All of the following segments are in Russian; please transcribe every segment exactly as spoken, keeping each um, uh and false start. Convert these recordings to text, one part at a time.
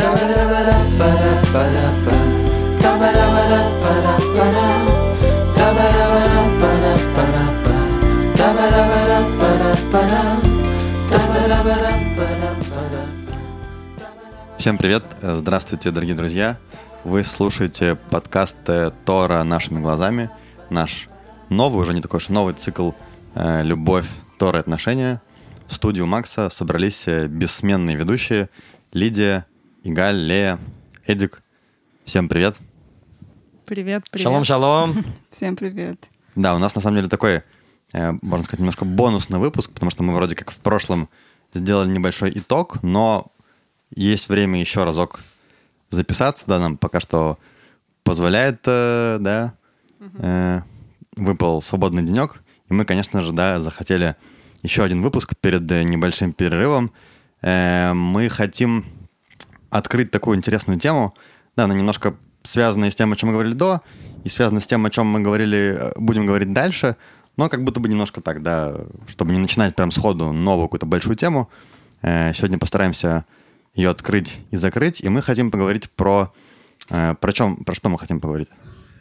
Всем привет, здравствуйте, дорогие друзья. Вы слушаете подкаст Тора нашими глазами, наш новый, уже не такой уж новый цикл «Любовь, Тора и отношения». В студию Макса собрались бессменные ведущие Лидия, Игаль, Лея, Эдик. Всем привет. Привет, привет. Шалом, шалом. Всем привет. Да, у нас на самом деле такой, можно сказать, немножко бонусный выпуск, потому что мы вроде как в прошлом сделали небольшой итог, но есть время еще разок записаться, да, нам пока что позволяет, да, uh-huh. выпал свободный денек, и мы, конечно же, да, захотели еще один выпуск перед небольшим перерывом. Мы хотим открыть такую интересную тему, да, она немножко связанная с тем, о чем мы говорили до, и связана с тем, о чем мы говорили, будем говорить дальше, но как будто бы немножко так, да, чтобы не начинать прям сходу новую какую-то большую тему. Сегодня постараемся ее открыть и закрыть, и мы хотим поговорить про... Про, чем, про что мы хотим поговорить?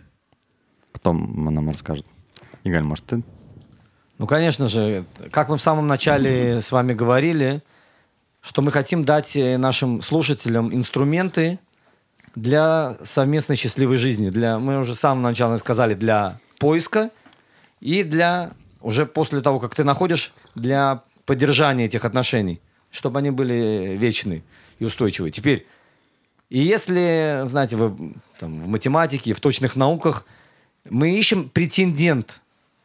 Кто нам расскажет? Игаль, может, ты? Ну, конечно же, как мы в самом начале с вами говорили, что мы хотим дать нашим слушателям инструменты для совместной счастливой жизни. Для, мы уже с самого начала сказали, для поиска и для, уже после того, как ты находишь, для поддержания этих отношений, чтобы они были вечны и устойчивые. Теперь, и если, знаете, вы, там, в математике, в точных науках, мы ищем претендент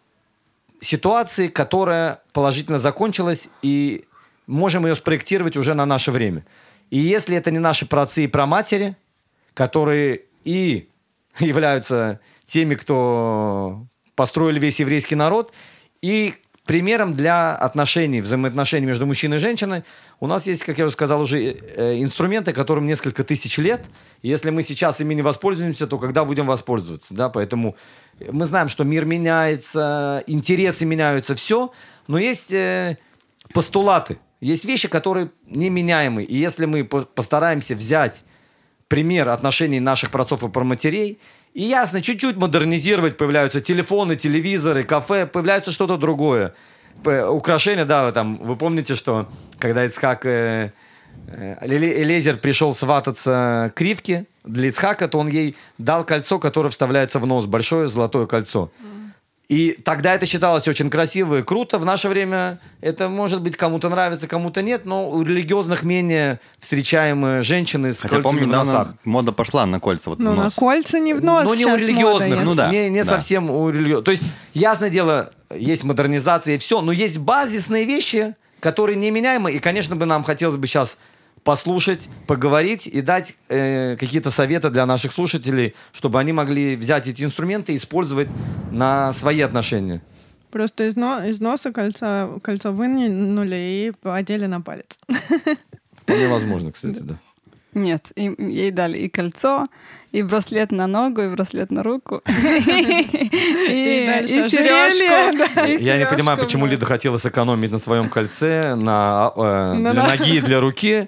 ситуации, которая положительно закончилась, и можем ее спроектировать уже на наше время. И если это не наши праотцы и праматери, которые и являются теми, кто построили весь еврейский народ, и примером для отношений, взаимоотношений между мужчиной и женщиной у нас есть, как я уже сказал, уже инструменты, которым несколько тысяч лет. И если мы сейчас ими не воспользуемся, то когда будем воспользоваться? Да? Поэтому мы знаем, что мир меняется, интересы меняются, все. Но есть э, постулаты, есть вещи, которые неменяемы. И если мы постараемся взять пример отношений наших праотцов и праматерей, и ясно, чуть-чуть модернизировать, появляются телефоны, телевизоры, кафе, появляется что-то другое. Украшения, да, там, вы помните, что когда Ицхак, э, э, Элиезер пришел свататься к Ривке для Ицхака, то он ей дал кольцо, которое вставляется в нос, большое золотое кольцо. И тогда это считалось очень красиво и круто. В наше время это, может быть, кому-то нравится, кому-то нет, но у религиозных менее встречаемые женщины с Хотя, кольцами помню, в носах. Мода пошла на кольца вот ну, в нос. на кольца не в нос. Ну, не у религиозных, ну, да, не, не да. совсем у религиозных. То есть, ясное дело, есть модернизация и все, но есть базисные вещи, которые неменяемы, и, конечно, бы нам хотелось бы сейчас послушать, поговорить и дать э, какие-то советы для наших слушателей, чтобы они могли взять эти инструменты и использовать на свои отношения. Просто из, но, из носа кольцо, кольцо вынули и одели на палец. Вполне возможно, кстати, да. Нет, им, ей дали и кольцо, и браслет на ногу, и браслет на руку, и сережку. Я не понимаю, почему Лида хотела сэкономить на своем кольце для ноги и для руки.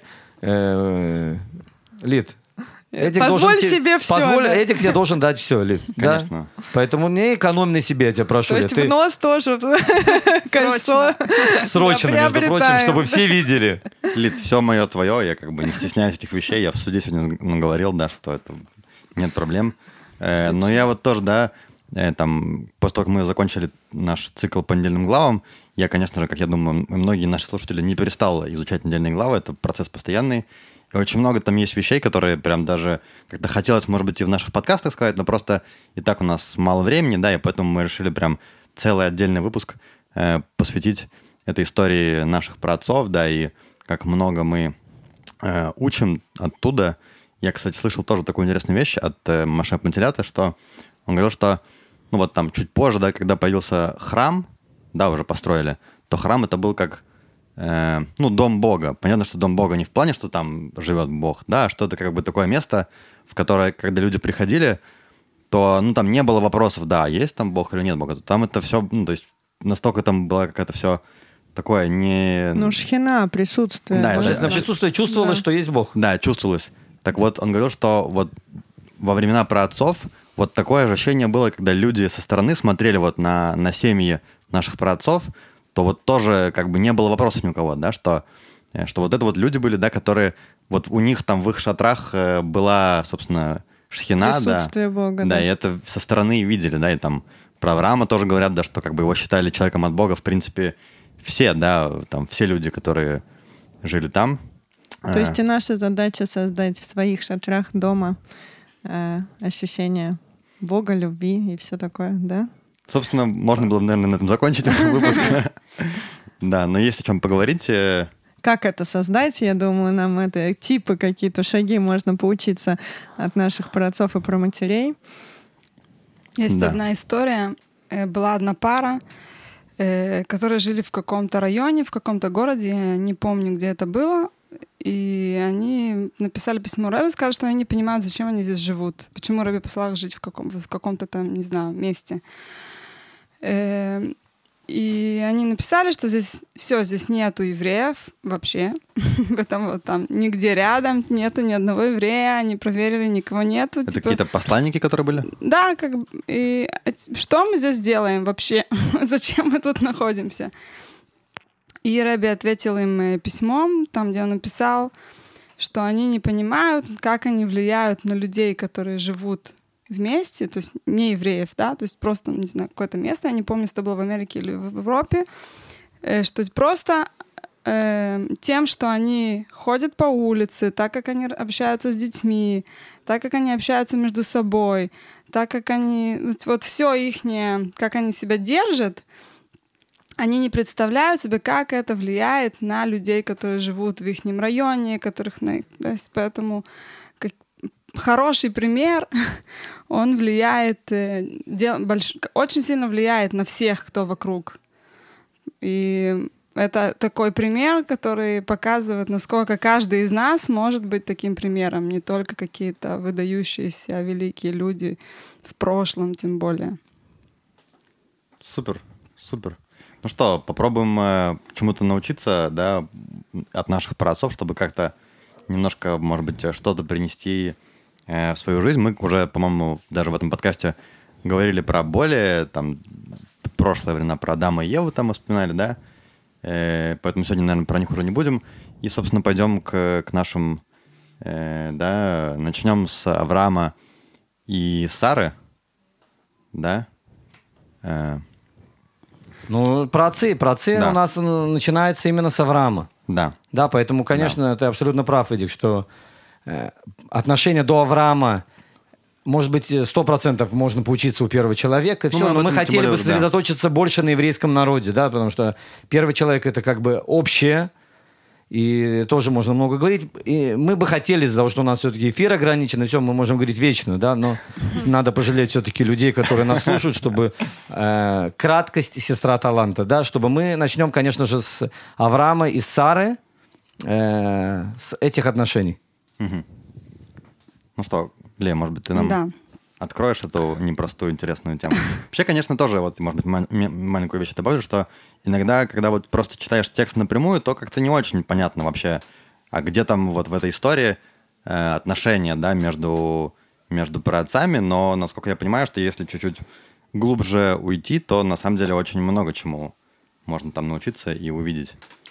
Лид, позволь себе все. Позволь, Эдик тебе должен дать все, Лид. Конечно. Поэтому не экономь на себе, я тебя прошу. То есть в нос тоже кольцо. Срочно, между прочим, чтобы все видели. Лид, все мое твое, я как бы не стесняюсь этих вещей. Я в суде сегодня говорил, да, что это нет проблем. Но я вот тоже, да, там, после того, как мы закончили наш цикл по недельным главам, я, конечно же, как я думаю, многие наши слушатели не перестал изучать недельные главы, это процесс постоянный. И очень много там есть вещей, которые прям даже как-то хотелось, может быть, и в наших подкастах сказать, но просто и так у нас мало времени, да, и поэтому мы решили прям целый отдельный выпуск э, посвятить этой истории наших праотцов, да, и как много мы э, учим оттуда. Я, кстати, слышал тоже такую интересную вещь от э, Моше Пантелята, что он говорил, что, ну вот там чуть позже, да, когда появился храм, да, уже построили, то храм это был как, э, ну, дом Бога. Понятно, что дом Бога не в плане, что там живет Бог, да, а что это как бы такое место, в которое, когда люди приходили, то, ну, там не было вопросов, да, есть там Бог или нет Бога. Там это все, ну, то есть настолько там было какая-то все такое не... Ну, шхина, присутствие. Да, божественное присутствие чувствовалось, да, что есть Бог. Да, чувствовалось. Так вот, он говорил, что вот во времена праотцов вот такое же ощущение было, когда люди со стороны смотрели вот на, на семьи наших праотцов, то вот тоже как бы не было вопросов ни у кого, да, что, что вот это вот люди были, да, которые вот у них там в их шатрах была, собственно, шхина, присутствие да, Бога, да, да, и это со стороны видели, да, и там про Авраама тоже говорят, да, что как бы его считали человеком от Бога, в принципе, все, да, там все люди, которые жили там. То есть и наша задача создать в своих шатрах дома э, ощущение Бога, любви и все такое, да? Собственно, можно было бы, наверное, на этом закончить выпуск. Да, но есть о чем поговорить. Как это создать? Я думаю, нам это типы, какие-то шаги можно поучиться от наших праотцов и праматерей. Есть Да. одна история. Была одна пара, которые жили в каком-то районе, в каком-то городе, я не помню, где это было. И они написали письмо Ребе, сказали, что они не понимают, зачем они здесь живут. Почему Ребе послал их жить в, каком- в каком-то там, не знаю, месте. Э, И они написали, что здесь все, здесь нету евреев вообще. Поэтому вот там нигде рядом нету ни одного еврея, они проверили, никого нету. Это типа... какие-то посланники, которые были? Да, как бы. И что мы здесь делаем вообще? Зачем мы тут находимся? И Ребе ответил им письмом, там, где он написал, что они не понимают, как они влияют на людей, которые живут вместе, то есть не евреев, да, то есть просто, не знаю, какое-то место, я не помню, если это было в Америке или в Европе, э, что просто э, тем, что они ходят по улице, так как они общаются с детьми, так как они общаются между собой, так как они, вот все ихнее, как они себя держат, они не представляют себе, как это влияет на людей, которые живут в их районе, которых, то есть поэтому как, хороший пример, он влияет, дел, больш, очень сильно влияет на всех, кто вокруг. И это такой пример, который показывает, насколько каждый из нас может быть таким примером, не только какие-то выдающиеся великие люди в прошлом, тем более. Супер, супер. Ну что, попробуем э, чему-то научиться, да, от наших праотцов, чтобы как-то немножко, может быть, что-то принести э, в свою жизнь. Мы уже, по-моему, даже в этом подкасте говорили про более, там, прошлые времена, про Адама и Еву там вспоминали, да, э, поэтому сегодня, наверное, про них уже не будем. И, собственно, пойдем к, к нашим, э, да, начнем с Авраама и Сары, да, э, Ну, праотцы, праотцы Да. у нас начинается именно с Авраама. да. Да, поэтому, конечно, ты абсолютно прав, Эдик, что э, отношение до Авраама, может быть, сто процентов можно поучиться у первого человека, и Ну, все, мы об но мы этом тем хотели более бы уже, да. сосредоточиться больше на еврейском народе, да, потому что первый человек — это как бы общее, и тоже можно много говорить. И мы бы хотели, из-за того, что у нас все-таки эфир ограничен, и все, мы можем говорить вечно, да, но надо пожалеть все-таки людей, которые нас слушают, чтобы э, краткость — сестра таланта, да, чтобы мы начнем, конечно же, с Авраама и Сары, э, с этих отношений. Мгм. Ну что, Лея, может быть, ты нам Да. откроешь эту непростую, интересную тему? Вообще, конечно, тоже, вот, может быть, ма- м- маленькую вещь добавлю, что иногда, когда вот просто читаешь текст напрямую, то как-то не очень понятно вообще, а где там вот в этой истории э, отношения, да, между, между праотцами, но, насколько я понимаю, что если чуть-чуть глубже уйти, то на самом деле очень много чему можно там научиться и увидеть.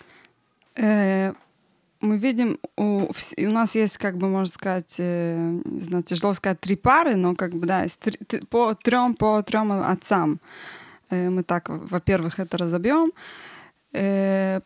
Э, Мы видим, у, вс- у нас есть, как бы, можно сказать, э, не знаю, тяжело сказать, три пары, но как бы, да, есть три- т- по трем, по трем отцам. Э, Мы так, во-первых, это разобьем. Э,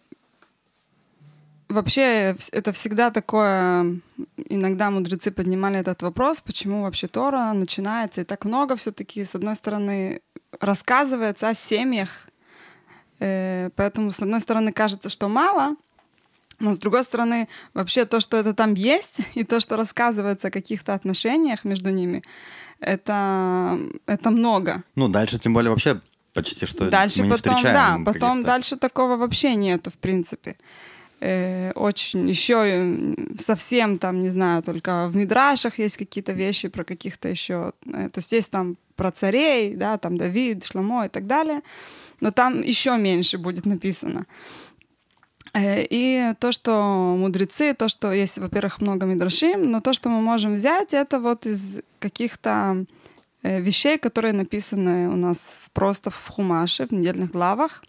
Вообще, вс- это всегда такое, иногда мудрецы поднимали этот вопрос, почему вообще Тора начинается, и так много все-таки, с одной стороны, рассказывается о семьях, Э, поэтому, с одной стороны, кажется, что мало, но с другой стороны, вообще то, что это там есть, и то, что рассказывается о каких-то отношениях между ними, это, это много. Ну, дальше тем более вообще почти что Дальше мы не потом, встречаем да, потом каких-то- дальше такого вообще нету, в принципе. Э, очень еще э, совсем там, не знаю, только в мидрашах есть какие-то вещи про каких-то еще, э, то есть есть там про царей, да, там Давид, Шломо и так далее, но там еще меньше будет написано. И то, что мудрецы, то, что есть, во-первых, много мидрашим, но то, что мы можем взять, это вот из каких-то вещей, которые написаны у нас просто в Хумаше, в недельных главах.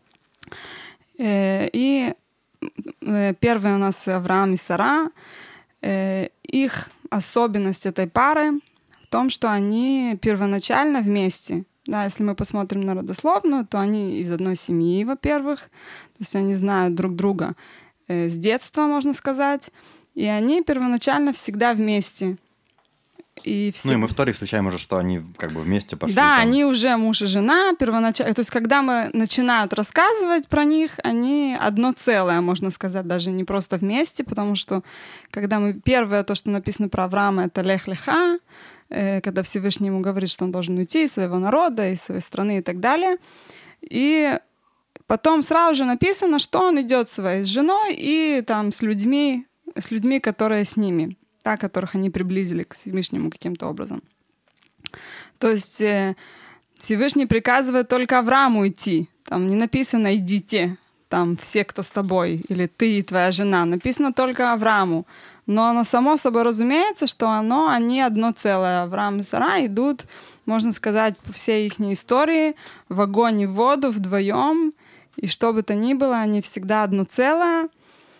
И первый у нас Авраам и Сара. Их особенность этой пары в том, что они первоначально вместе. Да, если мы посмотрим на родословную, то они из одной семьи, во-первых. То есть они знают друг друга э, с детства, можно сказать. И они первоначально всегда вместе. И всег... Ну и мы в Торе встречаем уже, что они как бы вместе пошли. Да, там. они уже муж и жена первоначально. То есть когда мы начинают рассказывать про них, они одно целое, можно сказать, даже не просто вместе, потому что когда мы... Первое, то, что написано про Авраама, это лех-леха, когда Всевышний ему говорит, что он должен уйти из своего народа, из своей страны и так далее. И потом сразу же написано, что он идет своей с женой и там с людьми, с людьми, которые с ними, да, которых они приблизили к Всевышнему каким-то образом. То есть Всевышний приказывает только Аврааму идти. Там не написано «идите», там все, кто с тобой, или ты и твоя жена. Написано только Аврааму. Но оно само собой разумеется, что оно, они одно целое. Авраам и Сара идут, можно сказать, по всей их истории в огонь и в воду вдвоем. И что бы то ни было, они всегда одно целое.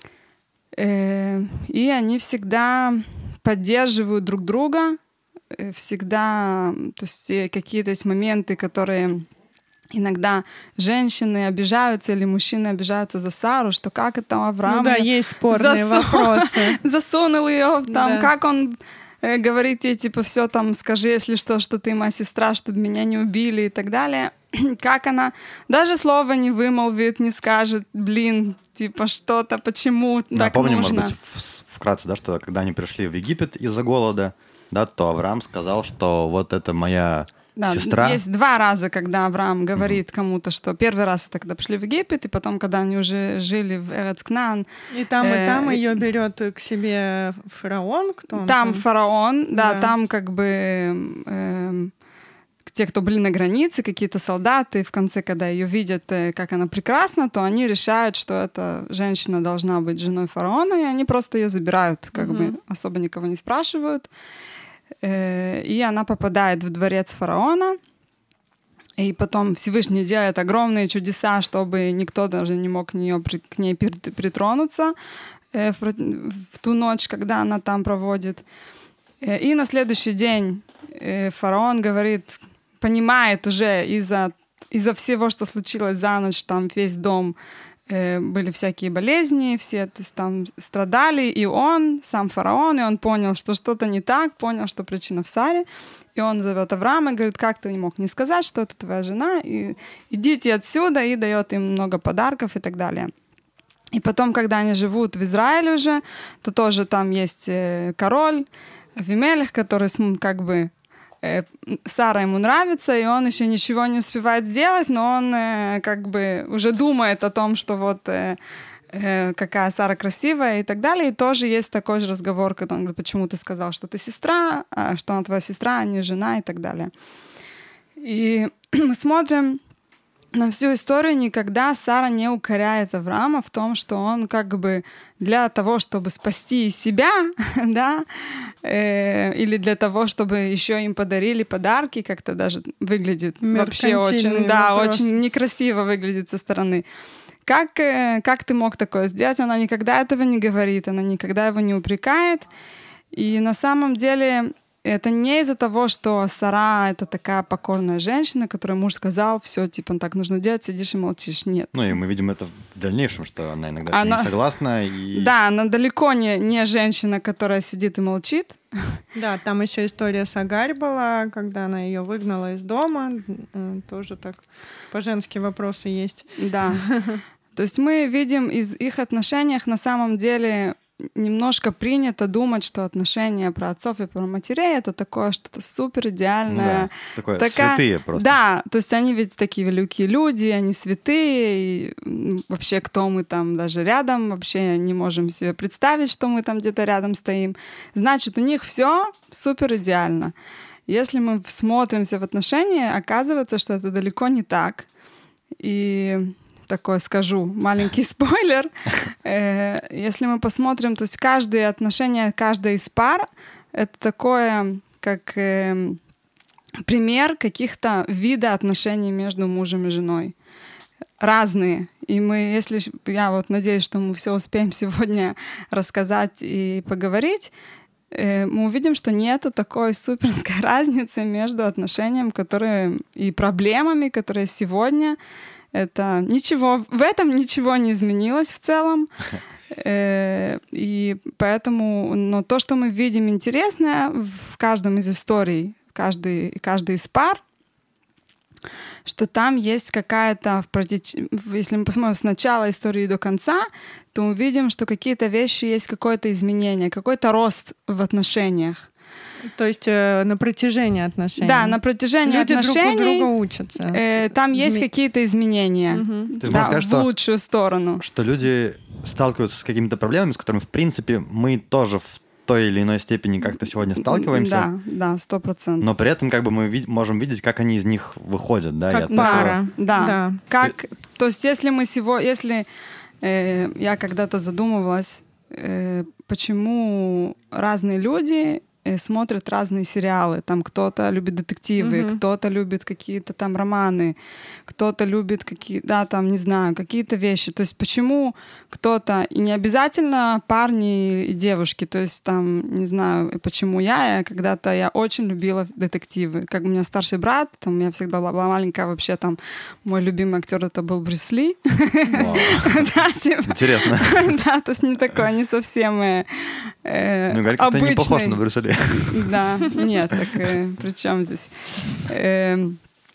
И они всегда поддерживают друг друга. Всегда, то есть какие-то есть моменты, которые... Иногда женщины обижаются или мужчины обижаются за Сару, что как это Авраам... Ну да, есть спорные засу... вопросы. Засунул ее там, Да. как он э, говорит ей, типа, все там, скажи, если что, что ты моя сестра, чтобы меня не убили и так далее. Как она даже слова не вымолвит, не скажет, блин, типа, что-то, почему так Напомним, нужно. может быть, в- вкратце, да, что когда они пришли в Египет из-за голода, да, то Авраам сказал, что вот это моя... Да, сестра. есть два раза, когда Авраам говорит mm-hmm. кому-то, что первый раз это когда пошли в Египет, и потом, когда они уже жили в Эрец-Кнаан. И там, и там э- ее берет к себе фараон, кто он Там там? фараон, да, Да. там как бы э- те, кто были на границе, какие-то солдаты, в конце, когда ее видят, э- как она прекрасна, то они решают, что эта женщина должна быть женой фараона, и они просто ее забирают, как mm-hmm. бы особо никого не спрашивают. И она попадает в дворец фараона, и потом Всевышний делает огромные чудеса, чтобы никто даже не мог к, нее, к ней притронуться в, в ту ночь, когда она там проводит. И на следующий день фараон говорит, понимает уже из-за, из-за всего, что случилось за ночь, там весь дом, были всякие болезни, все, то есть там страдали, и он, сам фараон, и он понял, что что-то не так, понял, что причина в Саре, и он зовет Авраама и говорит, как ты не мог не сказать, что это твоя жена, и идите отсюда, и дает им много подарков и так далее. И потом, когда они живут в Израиле уже, то тоже там есть король Авимелех, который как бы Сара ему нравится, и он еще ничего не успевает сделать, но он э, как бы уже думает о том, что вот э, э, какая Сара красивая и так далее. И тоже есть такой же разговор, когда он говорит, почему ты сказал, что ты сестра, а что она твоя сестра, а не жена и так далее. И мы смотрим на всю историю, никогда Сара не укоряет Авраама в том, что он как бы для того, чтобы спасти себя, да, э, или для того, чтобы еще им подарили подарки, как-то даже выглядит вообще очень, да, вопрос. очень некрасиво выглядит со стороны. Как, э, как ты мог такое сделать? Она никогда этого не говорит, она никогда его не упрекает. И на самом деле... Это не из-за того, что Сара — это такая покорная женщина, которой муж сказал, все, типа, так нужно делать, сидишь и молчишь. Нет. Ну и мы видим это в дальнейшем, что она иногда она... не согласна. И... Да, она далеко не, не женщина, которая сидит и молчит. Да, там еще история с Агарь была, когда она ее выгнала из дома. Тоже так по-женски вопросы есть. Да. То есть мы видим из их отношениях на самом деле... Немножко принято думать, что отношения про отцов и про матерей — это такое что-то супер идеальное. Да, такое такая... святые просто. Да, то есть они ведь такие великие люди, они святые, и вообще кто мы там даже рядом, вообще не можем себе представить, что мы там где-то рядом стоим. Значит, у них все супер идеально. Если мы всмотримся в отношения, оказывается, что это далеко не так. И такое скажу, маленький спойлер. Э, если мы посмотрим, то есть каждое отношение, каждая из пар — это такое, как э, пример каких-то вида отношений между мужем и женой. Разные. И мы, если я вот надеюсь, что мы все успеем сегодня рассказать и поговорить, э, мы увидим, что нету такой суперской разницы между отношениями, которые и проблемами, которые сегодня. Это ничего, в этом ничего не изменилось в целом. Э, и поэтому, но то, что мы видим интересное в каждом из историй, каждый, каждый из пар, что там есть какая-то, если мы посмотрим с начала истории до конца, то увидим, что какие-то вещи есть, какое-то изменение, какой-то рост в отношениях. То есть э, на протяжении отношений. Да, на протяжении Люди отношений. Люди друг у друга учатся. Э, там есть Ми... какие-то изменения. Угу. То есть да, сказать, в что, лучшую сторону. Что люди сталкиваются с какими-то проблемами, с которыми, в принципе, мы тоже в той или иной степени как-то сегодня сталкиваемся. Да, да, сто процентов. Но при этом как бы мы ви- можем видеть, как они из них выходят, да? Как и пара. Да, да. Как, то есть если мы сегодня, если э, я когда-то задумывалась, э, почему разные люди смотрят разные сериалы. Там кто-то любит детективы, mm-hmm. кто-то любит какие-то там романы, кто-то любит какие, да, там, не знаю, какие-то вещи. То есть почему кто-то, и не обязательно парни и девушки, то есть там, не знаю, почему я, я когда-то, я очень любила детективы. Как у меня старший брат, там, я всегда была, была маленькая, вообще там, мой любимый актер это был Брюс Ли. Интересно. Да, то есть не такой, не совсем обычный. Ну, говорит, ты не похож на Брюса Ли. Да, нет, так э, при чем здесь? Э,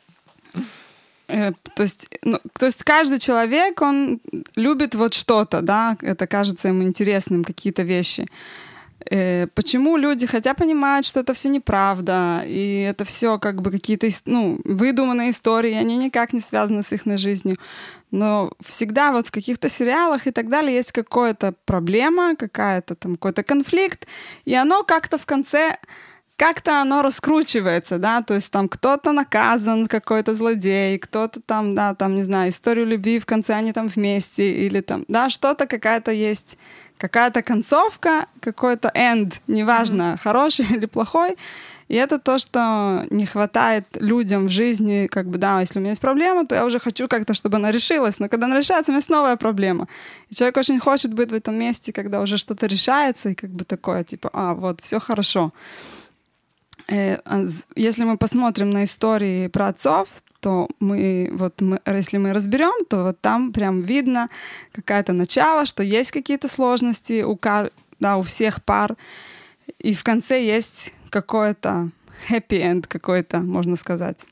э, то есть, ну, то есть каждый человек, он любит вот что-то, да, это кажется ему интересным, какие-то вещи. Э, почему люди, хотя понимают, что это все неправда, и это все как бы какие-то, ну, выдуманные истории, они никак не связаны с их жизнью, но всегда вот в каких-то сериалах и так далее есть какая-то проблема, какая-то там какой-то конфликт, и оно как-то в конце, как-то оно раскручивается, да, то есть там кто-то наказан, какой-то злодей, кто-то там, да, там, не знаю, историю любви в конце они там вместе, или там, да, что-то какая-то есть, какая-то концовка, какой-то end, неважно, mm-hmm. хороший или плохой. И это то, что не хватает людям в жизни, как бы, да, если у меня есть проблема, то я уже хочу как-то, чтобы она решилась, но когда она решается, у меня есть новая проблема. И человек очень хочет быть в этом месте, когда уже что-то решается, и как бы такое, типа, а, вот, все хорошо. Если мы посмотрим на истории про отцов, то мы, вот мы, если мы разберем, то вот там прям видно какое-то начало, что есть какие-то сложности у, да, у всех пар, и в конце есть какой-то happy end какой-то, можно сказать.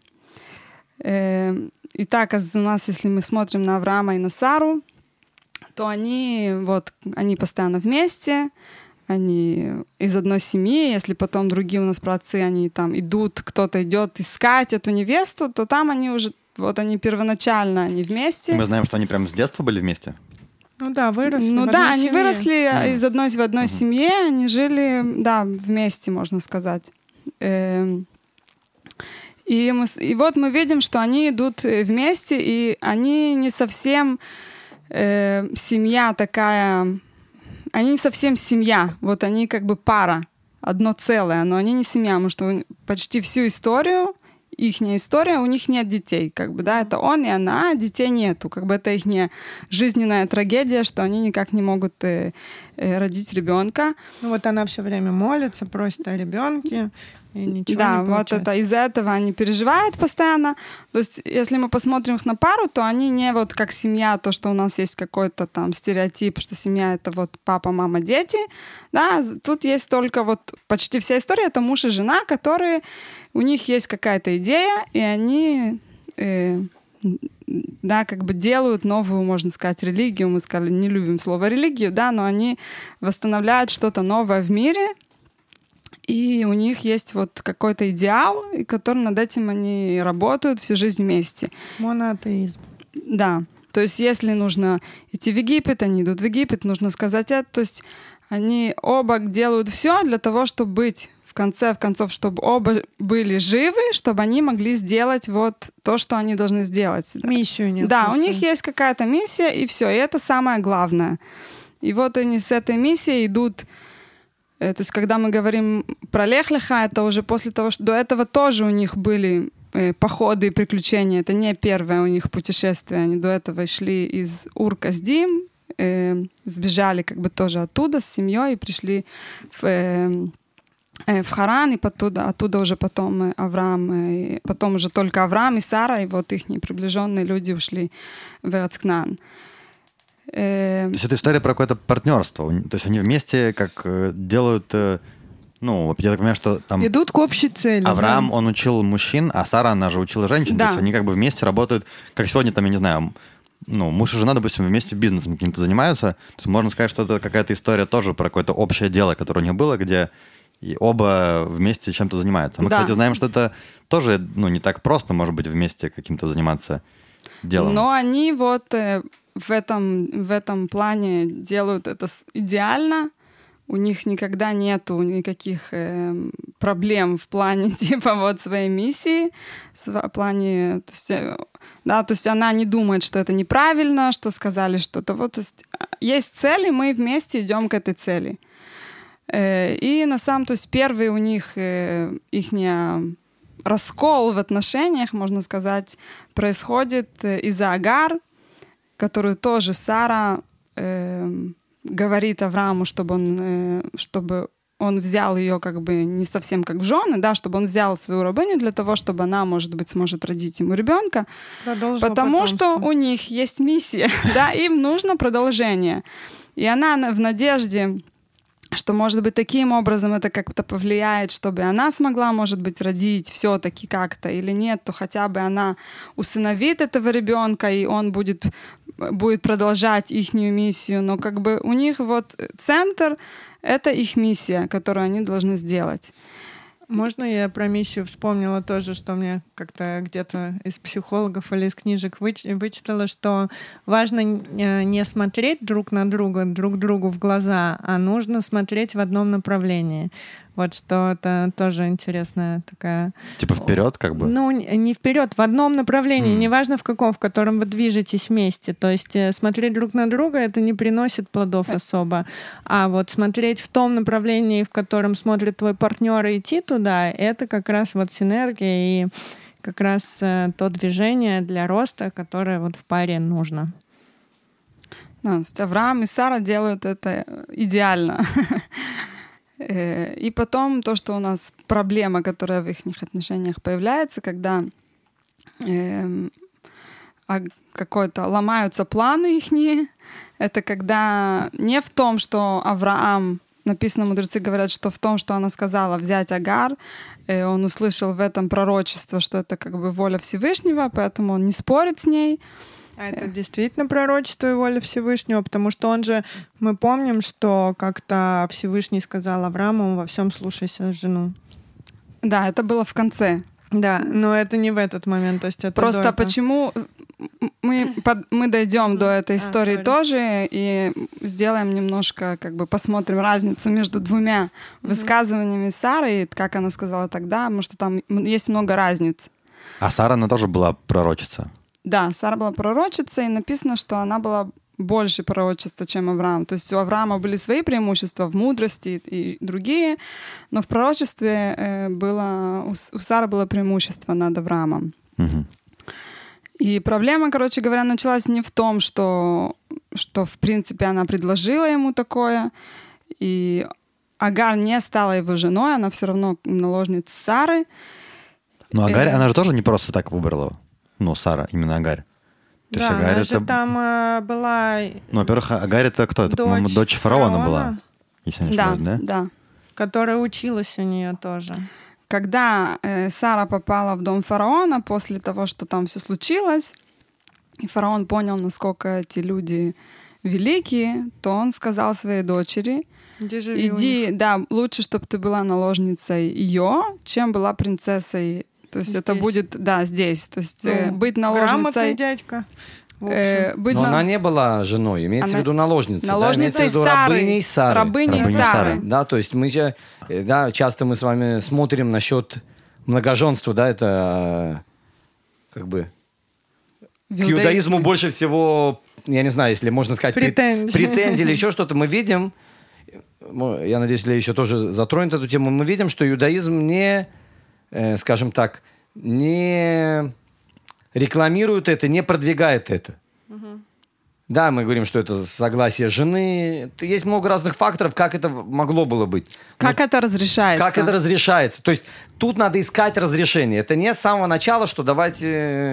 Итак, у нас, если мы смотрим на Авраама и на Сару, то они, вот, они постоянно вместе, они из одной семьи, если потом другие у нас праотцы, они там идут, кто-то идет искать эту невесту, то там они уже, вот они первоначально, они вместе. Мы знаем, что они прям с детства были вместе? Ну да, выросли Ну в да, одной они семье. выросли mm. из одной в одной mm-hmm. семье, они жили, да, вместе, можно сказать. И, мы, и вот мы видим, что они идут вместе, и они не совсем э, семья такая... Они не совсем семья, вот они как бы пара, одно целое, но они не семья, потому что почти всю историю, ихняя история, у них нет детей, как бы, да, это он и она, детей нету, как бы это ихняя жизненная трагедия, что они никак не могут э, э, родить ребенка. Ну вот она все время молится, просит о ребенке, и ничего да, не получается. вот это из-за этого они переживают постоянно. То есть, если мы посмотрим их на пару, то они не вот как семья, то, что у нас есть какой-то там стереотип, что семья — это вот папа, мама, дети. Да, тут есть только вот почти вся история — это муж и жена, которые, у них есть какая-то идея, и они... Э, да, как бы делают новую, можно сказать, религию. Мы сказали, не любим слово религию, да, но они восстанавливают что-то новое в мире, и у них есть вот какой-то идеал, и который над этим они работают всю жизнь вместе. Моноатеизм. Да. То есть если нужно идти в Египет, они идут в Египет, нужно сказать это. То есть они оба делают все для того, чтобы быть в конце в концов, чтобы оба были живы, чтобы они могли сделать вот то, что они должны сделать. Миссию не Да, у них есть какая-то миссия, и все, и это самое главное. И вот они с этой миссией идут. То есть, когда мы говорим про Лех Леха, это уже после того, что до этого тоже у них были э, походы и приключения. Это не первое у них путешествие. Они до этого шли из Ур-Касдим, э, сбежали как бы тоже оттуда с семьей и пришли в, э, э, в Харан, и оттуда, оттуда уже потом э, Авраам, э, потом уже только Авраам и Сара, и вот их приближенные люди ушли в Эрец-Кнаан. То есть это история про какое-то партнерство. То есть они вместе как делают, ну, я так понимаю, что там... Идут к общей цели. Авраам, да. он учил мужчин, а Сара, она же учила женщин. Да. То есть они как бы вместе работают, как сегодня там, я не знаю, ну, муж и жена, допустим, вместе бизнесом каким-то занимаются. То есть можно сказать, что это какая-то история тоже про какое-то общее дело, которое у них было, где и оба вместе чем-то занимаются. Мы, да. кстати, знаем, что это тоже, ну, не так просто, может быть, вместе каким-то заниматься делом. Но они вот... В этом, в этом плане делают это идеально. У них никогда нету никаких э, проблем в плане типа вот своей миссии, в плане, то есть, э, да, то есть она не думает, что это неправильно, что сказали что-то. Вот, то есть, есть цели, мы вместе идем к этой цели. Э, и на самом, то есть первый у них э, ихняя раскол в отношениях, можно сказать, происходит из-за Агар, которую тоже Сара э, говорит Аврааму, чтобы он, э, чтобы он взял ее как бы не совсем как в жены, да, чтобы он взял свою рабыню для того, чтобы она, может быть, сможет родить ему ребенка, Продолжила потому потомство. что у них есть миссия, да, им нужно продолжение. И она в надежде, что, может быть, таким образом это как-то повлияет, чтобы она смогла, может быть, родить все-таки как-то или нет, то хотя бы она усыновит этого ребенка, и он будет, будет продолжать их миссию. Но как бы у них вот центр — это их миссия, которую они должны сделать. Можно я про миссию вспомнила тоже, что мне как-то где-то из психологов или из книжек выч- вычитала, что важно не смотреть друг на друга, друг другу в глаза, а нужно смотреть в одном направлении. Вот что это тоже интересная такая... Типа вперед как бы? Ну, не вперед, в одном направлении, Mm. неважно в каком, в котором вы движетесь вместе. То есть смотреть друг на друга это не приносит плодов особо. А вот смотреть в том направлении, в котором смотрит твой партнер, и идти туда, это как раз вот синергия и как раз э, то движение для роста, которое вот в паре нужно. Да, то есть Авраам и Сара делают это идеально. И потом то, что у нас проблема, которая в их отношениях появляется, когда э, какой-то ломаются планы ихние, это когда не в том, что Авраам, написано, мудрецы говорят, что в том, что она сказала взять Агар, э, он услышал в этом пророчество, что это как бы воля Всевышнего, поэтому он не спорит с ней. А это действительно пророчество и воля Всевышнего, потому что он же, мы помним, что как-то Всевышний сказал Аврааму: во всем слушайся жену. Да, это было в конце. Да, но это не в этот момент, то есть это Просто до этого. почему мы, под, мы дойдем до этой истории а, тоже и сделаем немножко, как бы посмотрим разницу между двумя mm-hmm. высказываниями Сары, как она сказала тогда, потому что там есть много разниц. А Сара, она тоже была пророчица? Да, Сара была пророчица, и написано, что она была больше пророчества, чем Авраам. То есть у Авраама были свои преимущества в мудрости и другие, но в пророчестве э, было, у, у Сары было преимущество над Авраамом. Угу. И проблема, короче говоря, началась не в том, что, что в принципе она предложила ему такое, и Агар не стала его женой, она все равно наложница Сары. Но Агарь, э... она же тоже не просто так выбрала. Ну, Сара, именно Агарь. То да, есть Агарь она это... же там э, была... Ну, во-первых, Агарь это кто? Это, дочь по-моему, дочь фараона, фараона была. Если не да, ошибаюсь, да? Да, которая училась у нее тоже. Когда э, Сара попала в дом фараона, после того, что там все случилось, и фараон понял, насколько эти люди великие, то он сказал своей дочери: иди, да, лучше, чтобы ты была наложницей ее, чем была принцессой. То есть здесь. Это будет, да, здесь. То есть ну, э, быть наложницей... Грамотный дядька. в общем. Э, быть Но на- она не была женой, имеется Она- в виду наложницей. да, наложницей имеется в виду Сары. рабыней Сары. Рабыней Рабыней Сары. Сары. Да, то есть мы же, э, да, часто мы с вами смотрим насчет многоженства, да, это э, как бы В к иудаизму иудаизме. больше всего, я не знаю, если можно сказать, прет- Претензий. претензий или еще что-то, мы видим, м, я надеюсь, Лея еще тоже затронет эту тему, мы видим, что иудаизм не, э, скажем так, не рекламирует это, не продвигает это. Да, мы говорим, что это согласие жены. Есть много разных факторов, как это могло было быть. Как Но это разрешается? как это разрешается? То есть тут надо искать разрешение. Это не с самого начала, что давайте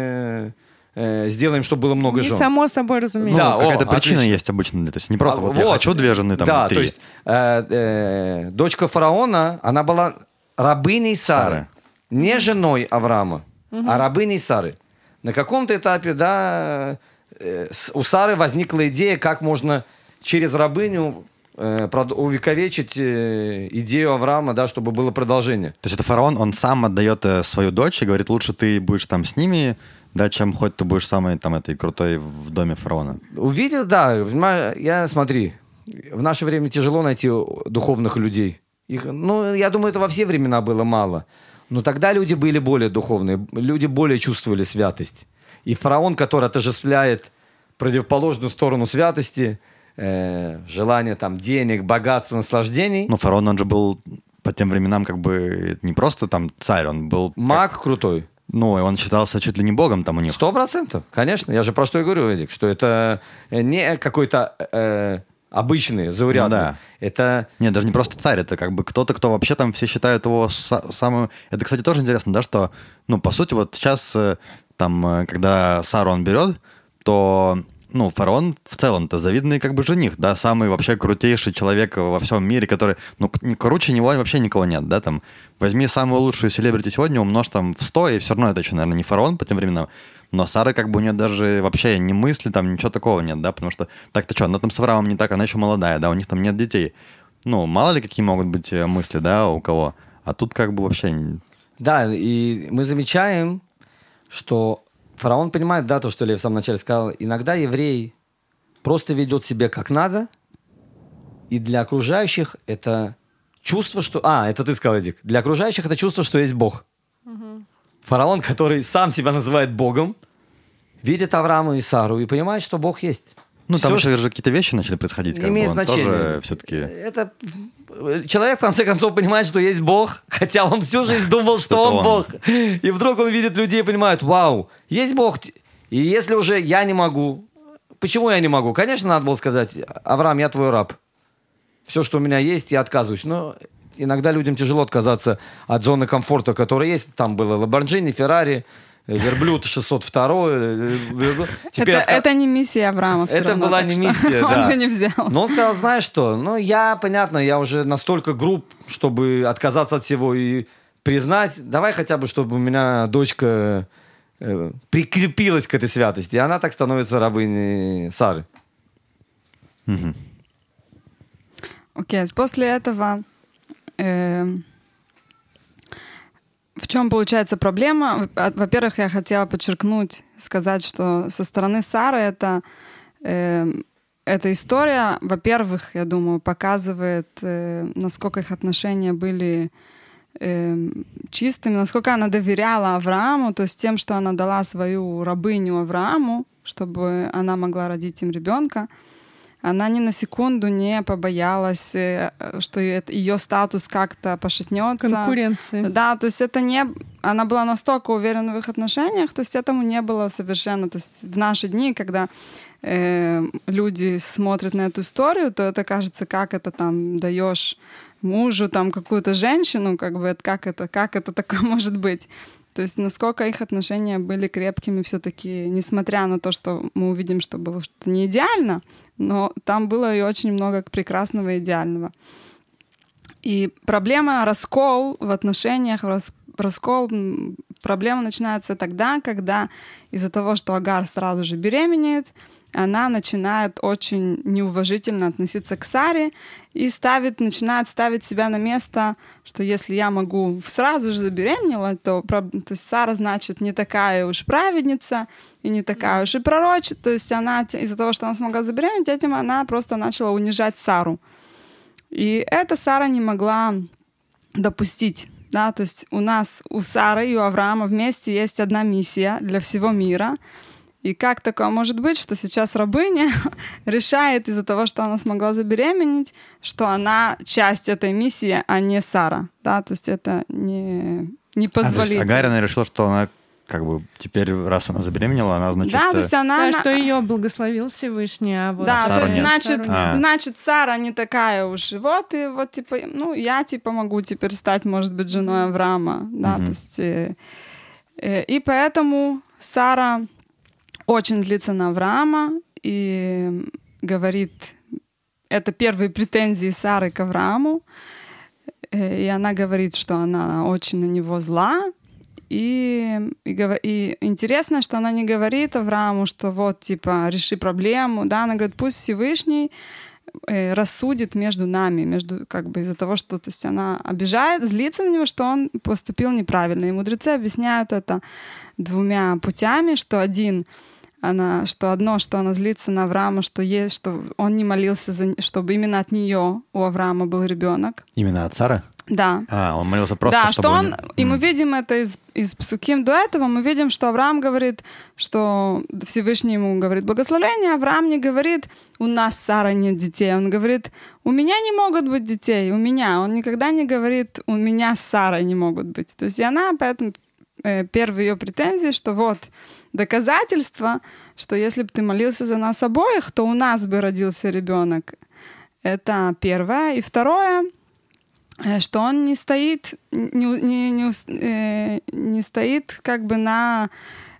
э, э, сделаем, чтобы было много Не жен. само собой Ну, разумеется. Да, какая-то о, причина отлично. есть обычно. То есть не просто А, вот, я вот. хочу две жены, там, Да, три. то есть э, э, дочка фараона, она была рабыней Сары. Сары. Не женой Авраама, а рабыней Сары. На каком-то этапе, да, э, с- у Сары возникла идея, как можно через рабыню э, прод- увековечить э, идею Авраама, да, чтобы было продолжение. То есть это фараон, он сам отдает э, свою дочь и говорит, лучше ты будешь там с ними, да, чем хоть ты будешь самой там этой крутой в доме фараона. Увидел, да, понимаю, я, смотри, в наше время тяжело найти духовных людей. Их, ну, я думаю, это во все времена было мало. Но тогда люди были более духовные, люди более чувствовали святость. И фараон, который отождествляет противоположную сторону святости, э, желание там денег, богатства, наслаждений, Но фараон, он же был по тем временам как бы не просто там царь, он был... как- маг крутой. ну, и он считался чуть ли не богом там у них. Сто процентов, конечно. Я же про что и говорю, Эдик, что это не какой-то э, обычный, заурядный. Ну да. Это Нет, даже не просто царь, это как бы кто-то, кто вообще там все считают его са- самым... Это, кстати, тоже интересно, да, что, ну, по сути, вот сейчас, э, там, э, когда Сару он берет, то, ну, фараон в целом-то завидный как бы жених, да, самый вообще крутейший человек во всем мире, который, ну, к- круче него вообще никого нет, да, там, возьми самую лучшую селебрити сегодня, умножь там в сто, и все равно это еще, наверное, не фараон по тем временам. Но Сара, как бы, у нее даже вообще ни мысли, там, ничего такого нет, да, потому что, так-то что, она там с Авраамом не так, она еще молодая, да, у них там нет детей. Ну, мало ли какие могут быть э, мысли, да, у кого. А тут как бы вообще... не- Да, и мы замечаем, что фараон понимает, да, то, что Лев в самом начале сказал, иногда еврей просто ведет себя как надо, и для окружающих это чувство, что... А, это ты сказал, Эдик. Для окружающих это чувство, что есть Бог. Фараон, который сам себя называет Богом, видит Авраама и Сару и понимает, что Бог есть. Ну, там Всё, еще же какие-то вещи начали происходить, Не как бы, имеет он значения. тоже все-таки... Это человек, в конце концов, понимает, что есть Бог, хотя он всю жизнь думал, что Это он он. Бог. И вдруг он видит людей и понимает, вау, есть Бог. И если уже я не могу, почему я не могу? Конечно, надо было сказать, Авраам, я твой раб. Все, что у меня есть, я отказываюсь. Но иногда людям тяжело отказаться от зоны комфорта, которая есть. Там было Ламборджини, Феррари, верблюд шестьсот два. Теперь это, отка- это не миссия Авраама. всё Это равно, была так не что миссия, да. Он бы не взял. Но он сказал, знаешь что, ну я, понятно, я уже настолько груб, чтобы отказаться от всего и признать, давай хотя бы, чтобы у меня дочка э, прикрепилась к этой святости. И она так становится рабыней Сары. Окей, после этого эм, в чем получается проблема? Во- Во-первых, я хотела подчеркнуть, сказать, что со стороны Сары это эм, эта история, во-первых, я думаю, показывает, э, насколько их отношения были эм, чистыми, насколько она доверяла Аврааму, то есть тем, что она дала свою рабыню Аврааму, чтобы она могла родить им ребенка. Она ни на секунду не побоялась, э, что это- ее статус как-то пошатнется. Конкуренции. Да, то есть это не... Она была настолько уверена в их отношениях, то есть этому не было совершенно... То есть в наши дни, когда э, люди смотрят на эту историю, то это кажется, как это там даешь мужу там какую-то женщину, как бы это- как это, как это такое может быть. То есть насколько их отношения были крепкими все-таки, несмотря на то, что мы увидим, что было что-то не идеально, но там было и очень много прекрасного и идеального. И проблема, раскол в отношениях, рас- раскол, м, проблема начинается тогда, когда из-за того, что Агар сразу же беременеет, она начинает очень неуважительно относиться к Саре и ставит, начинает ставить себя на место, что если я могу сразу же забеременела, то, то есть Сара, значит, не такая уж праведница и не такая уж и пророчица. То есть она из-за того, что она смогла забеременеть, этим она просто начала унижать Сару. И это Сара не могла допустить. Да? То есть у нас, у Сары и у Авраама вместе есть одна миссия для всего мира. И как такое может быть, что сейчас рабыня решает из-за того, что она смогла забеременеть, что она часть этой миссии, а не Сара. Да? То есть это не, не позволительно. А, Агарь, она решила, что она как бы теперь, раз она забеременела, она, значит... Да, то есть она... Да, она... что ее благословил Всевышний, а вот... Да, Сара то есть, нет. значит, А. значит, Сара не такая уж. Вот, и вот, типа, ну, я, типа, могу теперь стать, может быть, женой Авраама, да, Мгм. то есть... Э, э, и поэтому Сара очень злится на Авраама и говорит... Это первые претензии Сары к Аврааму. Э, и она говорит, что она очень на него зла. И, и, и интересно, что она не говорит Аврааму, что вот, типа, реши проблему, да, она говорит, пусть Всевышний э, рассудит между нами, между, как бы, из-за того, что, то есть она обижает, злится на него, что он поступил неправильно. И мудрецы объясняют это двумя путями, что один, она, что одно, что она злится на Авраама, что есть, что он не молился, за, чтобы именно от нее у Авраама был ребенок. Именно от Сары? Да. А, он молился просто, да, чтобы... что он, не- и мы М. видим это из, из Псуким до этого, мы видим, что Авраам говорит, что Всевышний ему говорит благословение, Авраам не говорит, у нас с Сарой нет детей, он говорит, у меня не могут быть детей, у меня, он никогда не говорит, у меня с Сарой не могут быть. То есть и она, поэтому э, первые ее претензии, что вот доказательство, что если бы ты молился за нас обоих, то у нас бы родился ребенок. Это первое. И второе, что он не стоит, не, не, не, э, не стоит как бы на...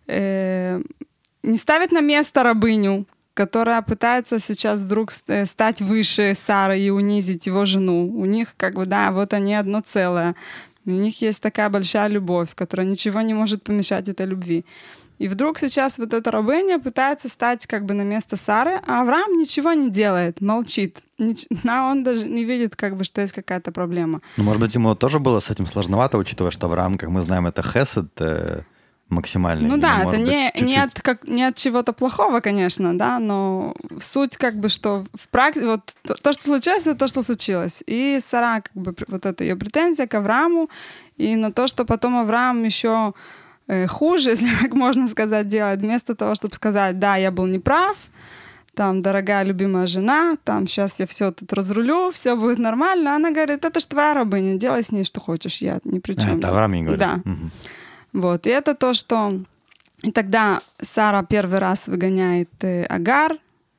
Э, не ставит на место рабыню, которая пытается сейчас вдруг стать выше Сары и унизить его жену. У них как бы, да, вот они одно целое. У них есть такая большая любовь, которая ничего не может помешать этой любви. И вдруг сейчас вот эта рабыня пытается стать как бы на место Сары, а Авраам ничего не делает, молчит. Нич... А он даже не видит, как бы, что есть какая-то проблема. Ну, может быть, ему тоже было с этим сложновато, учитывая, что Авраам, как мы знаем, это хесед э, максимальный. Ну Или, да, может это быть, не, чуть-чуть- не, от, как, не от чего-то плохого, конечно, да, но суть как бы, что в практике, вот то, то, что случилось, это то, что случилось. И Сара, как бы, вот это ее претензия к Аврааму, и на то, что потом Авраам еще хуже, если так можно сказать, делать, вместо того, чтобы сказать, да, я был неправ, там, дорогая любимая жена, там, сейчас я все тут разрулю, все будет нормально. Она говорит, это ж твоя рабыня, делай с ней, что хочешь, я ни при чем. А, это Авраам ей говорит. Да. Мгм. Вот, и это то, что... И тогда Сара первый раз выгоняет э, Агар.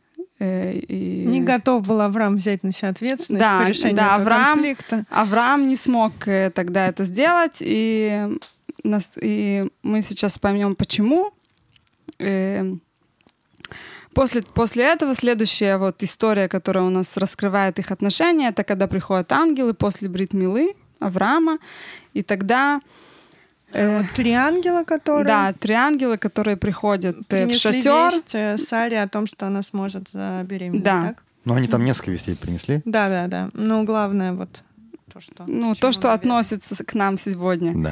Э, и... Не готов был Авраам взять на себя ответственность Да, по решению да, этого Авраам- конфликта. Авраам не смог э, тогда это сделать, и, нас- и мы сейчас поймем, почему. Э, После, после этого следующая вот история, которая у нас раскрывает их отношения, это когда приходят ангелы после брит-милы Авраама, и тогда... э, Вот три ангела, которые да, три ангела, которые приходят э, в принесли шатер. весть э, Саре о том, что она сможет забеременеть. Да. Так? Ну, они там несколько вестей принесли. Да, да, да. Но главное вот то, что... Ну, к то, чему что наверное. относится к нам сегодня. Да.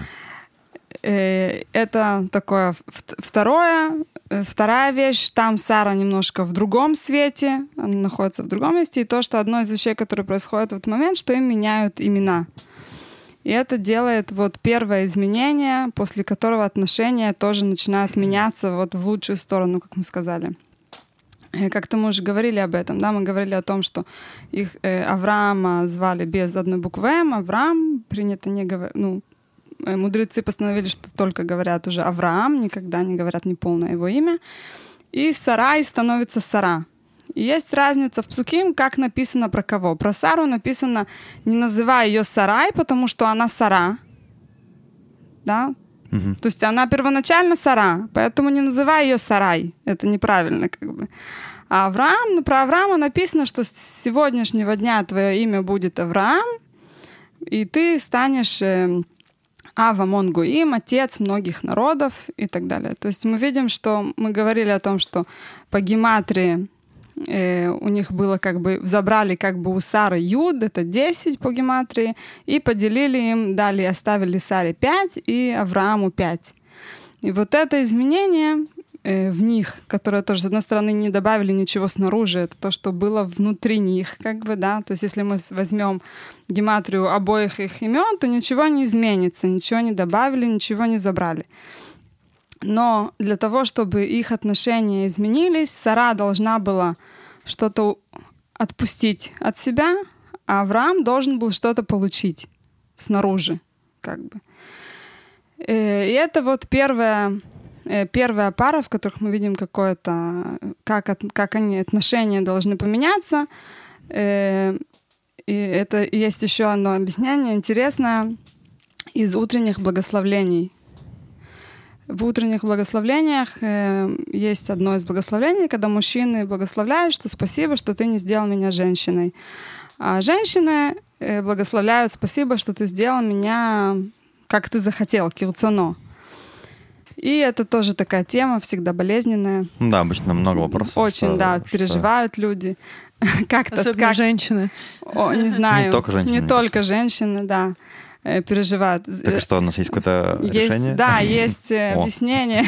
Э, Это такое в- второе. Э, Вторая вещь, там Сара немножко в другом свете, она находится в другом месте, и то, что одно из вещей, которые происходят в этот момент, что им меняют имена. И это делает вот первое изменение, после которого отношения тоже начинают меняться вот в лучшую сторону, как мы сказали. Э, Как-то мы уже говорили об этом, да, мы говорили о том, что их э, Авраама звали без одной буквы М, Авраам, принято не говорить, ну, э, мудрецы постановили, что только говорят уже Авраам, никогда не говорят неполное его имя. И Сарай становится Сара. И есть разница в Псуким, как написано про кого. Про Сару написано, не называй ее Сарай, потому что она Сара. Да? Мгм. То есть она первоначально Сара, поэтому не называй ее Сарай. Это неправильно как бы. А Авраам, ну, про Авраама написано, что с сегодняшнего дня твое имя будет Авраам, и ты станешь э, Ава Монгуим, отец многих народов и так далее. То есть мы видим, что мы говорили о том, что по гематрии э, у них было как бы, забрали как бы у Сары Юд, это десять по гематрии, и поделили им, дали, оставили Саре пять и Аврааму пять. И вот это изменение э, в них, которое тоже, с одной стороны, не добавили ничего снаружи, это то, что было внутри них, как бы, да, то есть если мы возьмем гематрию обоих их имен, то ничего не изменится, ничего не добавили, ничего не забрали. Но для того, чтобы их отношения изменились, Сара должна была что-то отпустить от себя, а Авраам должен был что-то получить снаружи, как бы. И это вот первая, первая пара, в которых мы видим какое-то, как, от, как они, отношения должны поменяться. И это есть еще одно объяснение интересное из утренних благословлений. В утренних благословлениях э, есть одно из благословений, когда мужчины благословляют, что спасибо, что ты не сделал меня женщиной. А женщины э, благословляют спасибо, что ты сделал меня, как ты захотел, кирцоно. И это тоже такая тема, всегда болезненная. Да, обычно много вопросов. Очень, что, да, что... переживают люди. Как-то, Особенно как... женщины. О, не знаю. Не только женщины. Не только женщины, да, переживают. Так что, у нас есть какое-то есть, решение? Да, есть объяснение.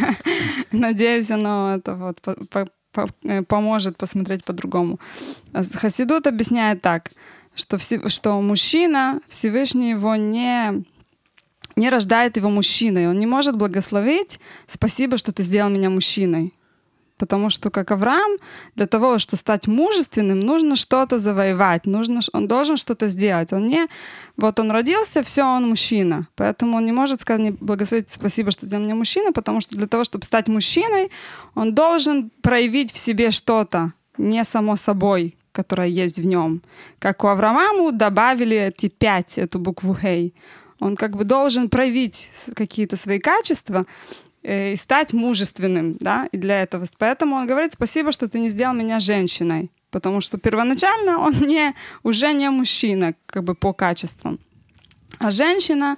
Надеюсь, оно это вот по- по- поможет посмотреть по-другому. Хасидут объясняет так, что, все, что мужчина, Всевышний его не... не рождает его мужчиной. Он не может благословить «спасибо, что ты сделал меня мужчиной». Потому что, как Авраам, для того, чтобы стать мужественным, нужно что-то завоевать, нужно, он должен что-то сделать. Он не... Вот он родился, все, он мужчина. Поэтому он не может сказать, не благословить «спасибо, что ты сделал меня мужчиной», потому что для того, чтобы стать мужчиной, он должен проявить в себе что-то, не само собой, которое есть в нем. Как у Аврааму добавили эти пять, эту букву «хей». Он как бы должен проявить какие-то свои качества э, и стать мужественным, да, и для этого. Поэтому он говорит, спасибо, что ты не сделал меня женщиной, потому что первоначально он не, уже не мужчина, как бы по качествам. А женщина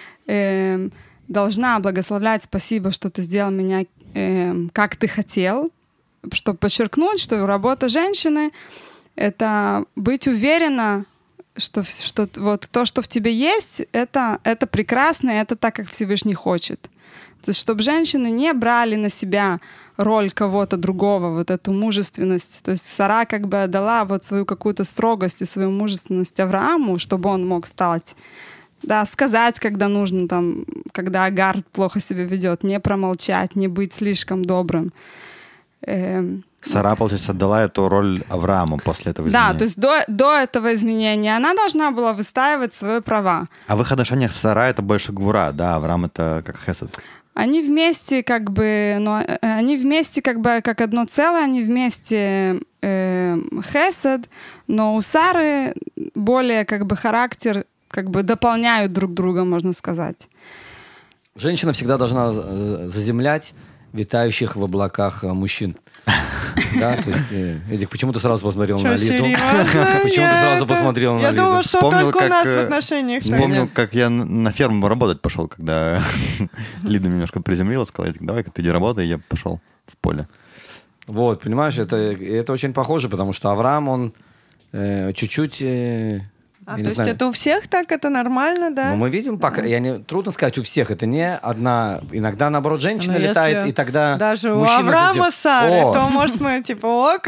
э, должна благословлять, спасибо, что ты сделал меня, э, как ты хотел, чтобы подчеркнуть, что работа женщины — это быть уверена, что, что вот то, что в тебе есть, это, это прекрасно, и это так, как Всевышний хочет. То есть, чтобы женщины не брали на себя роль кого-то другого, вот эту мужественность. То есть Сара как бы дала вот свою какую-то строгость и свою мужественность Аврааму, чтобы он мог стать, да, сказать, когда нужно, там, когда Агар плохо себя ведет, не промолчать, не быть слишком добрым. Эм, Сара, получается, отдала эту роль Аврааму после этого изменения. Да, то есть до, до этого изменения она должна была выстаивать свои права. А в их отношениях Сара — это больше гвура, да, Авраам — это как хесед. Они вместе как бы, но они вместе как бы как одно целое, они вместе э, хесед, но у Сары более как бы характер, как бы дополняют друг друга, можно сказать. Женщина всегда должна заземлять витающих в облаках мужчин. Да, то есть, Эдик, почему ты сразу посмотрел Что, на Литу? серьезно? Почему ты сразу посмотрел на Я Литу? думала, что Вспомнил, только у как, нас в э, отношениях. Вспомнил, как я на ферму работать пошел, когда Лида немножко приземлилась, сказала, давай-ка ты иди работай, и я пошел в поле. Вот, понимаешь, это, это очень похоже, потому что Авраам, он э, чуть-чуть... Э, А, я то не есть знаю, это у всех так, это нормально, да? но мы видим, пока, я не, трудно сказать у всех, это не одна, иногда, наоборот, женщина Но летает, если и тогда даже у мужчина Авраама зазем- с Сарой, О! то, может, мы типа ок.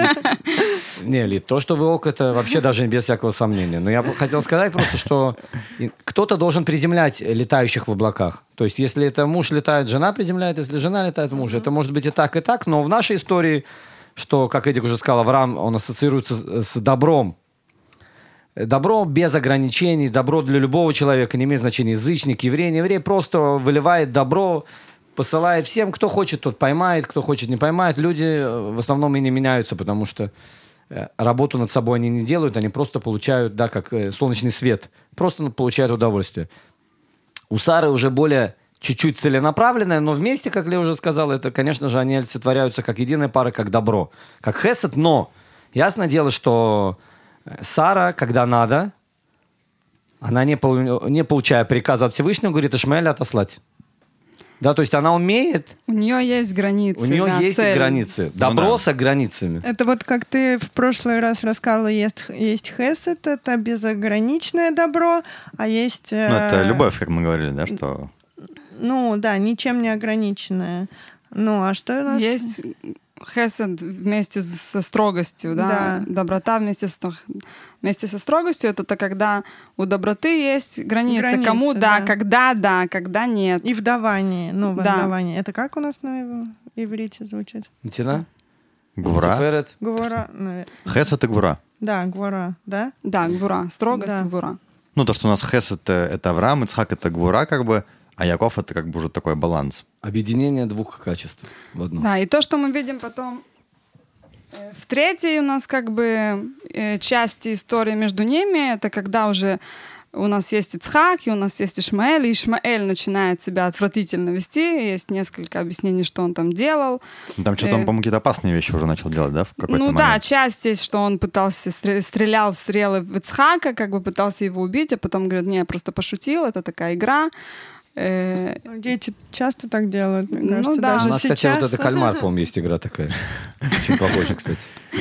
Не, Лид, то, что вы ок, это вообще даже без всякого сомнения. Но я бы хотел сказать просто, что и- кто-то должен приземлять летающих в облаках. То есть, если это муж летает, жена приземляет, если жена летает, муж. Это может быть и так, и так, но в нашей истории, что, как Эдик уже сказал, Авраам, он ассоциируется с, с добром. Добро без ограничений, добро для любого человека, не имеет значения, язычник, еврей, не еврей, просто выливает добро, посылает всем, кто хочет, тот поймает, кто хочет, не поймает. Люди в основном и не меняются, потому что работу над собой они не делают, они просто получают, да, как солнечный свет, просто получают удовольствие. У Сары уже более чуть-чуть целенаправленная, но вместе, как я уже сказал, это, конечно же, они олицетворяются как единая пара, как добро, как хесед, но ясное дело, что Сара, когда надо, она, не, пол- не получая приказа от Всевышнего, говорит Ишмаэля отослать. Да, то есть она умеет... У нее есть границы. У нее да, есть цель. границы. Добро Ну, да. с границами. Это вот как ты в прошлый раз рассказывала, есть, есть хесед, это безограничное добро, а есть... э, Ну, это любовь, как мы говорили, да, что... Ну, да, ничем не ограниченное. Ну, а что у нас... Есть хесед вместе с- со строгостью, да? Да. Доброта вместе, с, вместе со строгостью — это когда у доброты есть границы. Границы, Кому да, да. когда да, когда нет. И вдавание, ну, Да. вдавание. Это как у нас на иврите звучит? Тина? Гвура. Тиферет? Гвора, навер- Хесед и гвура. да, гвора, да? Да, гвура. Строгость, Да. гвура. Ну, то, что у нас Хесед — это Авраам, Ицхак — это гвура, как бы, а Яков — это как бы уже такой баланс. Объединение двух качеств в одном. Да, и то, что мы видим потом э, в третьей у нас как бы э, части истории между ними, это когда уже у нас есть Ицхак, и у нас есть Ишмаэль, и Ишмаэль начинает себя отвратительно вести, есть несколько объяснений, что он там делал. Там что-то он, Э, по-моему, какие-то опасные вещи уже начал делать, да, в какой-то Ну момент? да, часть есть, что он пытался, стр- стрелял стрелы в Ицхака, как бы пытался его убить, а потом говорит, не, я просто пошутил, это такая игра. Э, Ну, дети часто так делают, мне Ну кажется, да. даже У нас, сейчас. кстати, вот это кальмар, по-моему, есть игра такая. Очень похожа, кстати.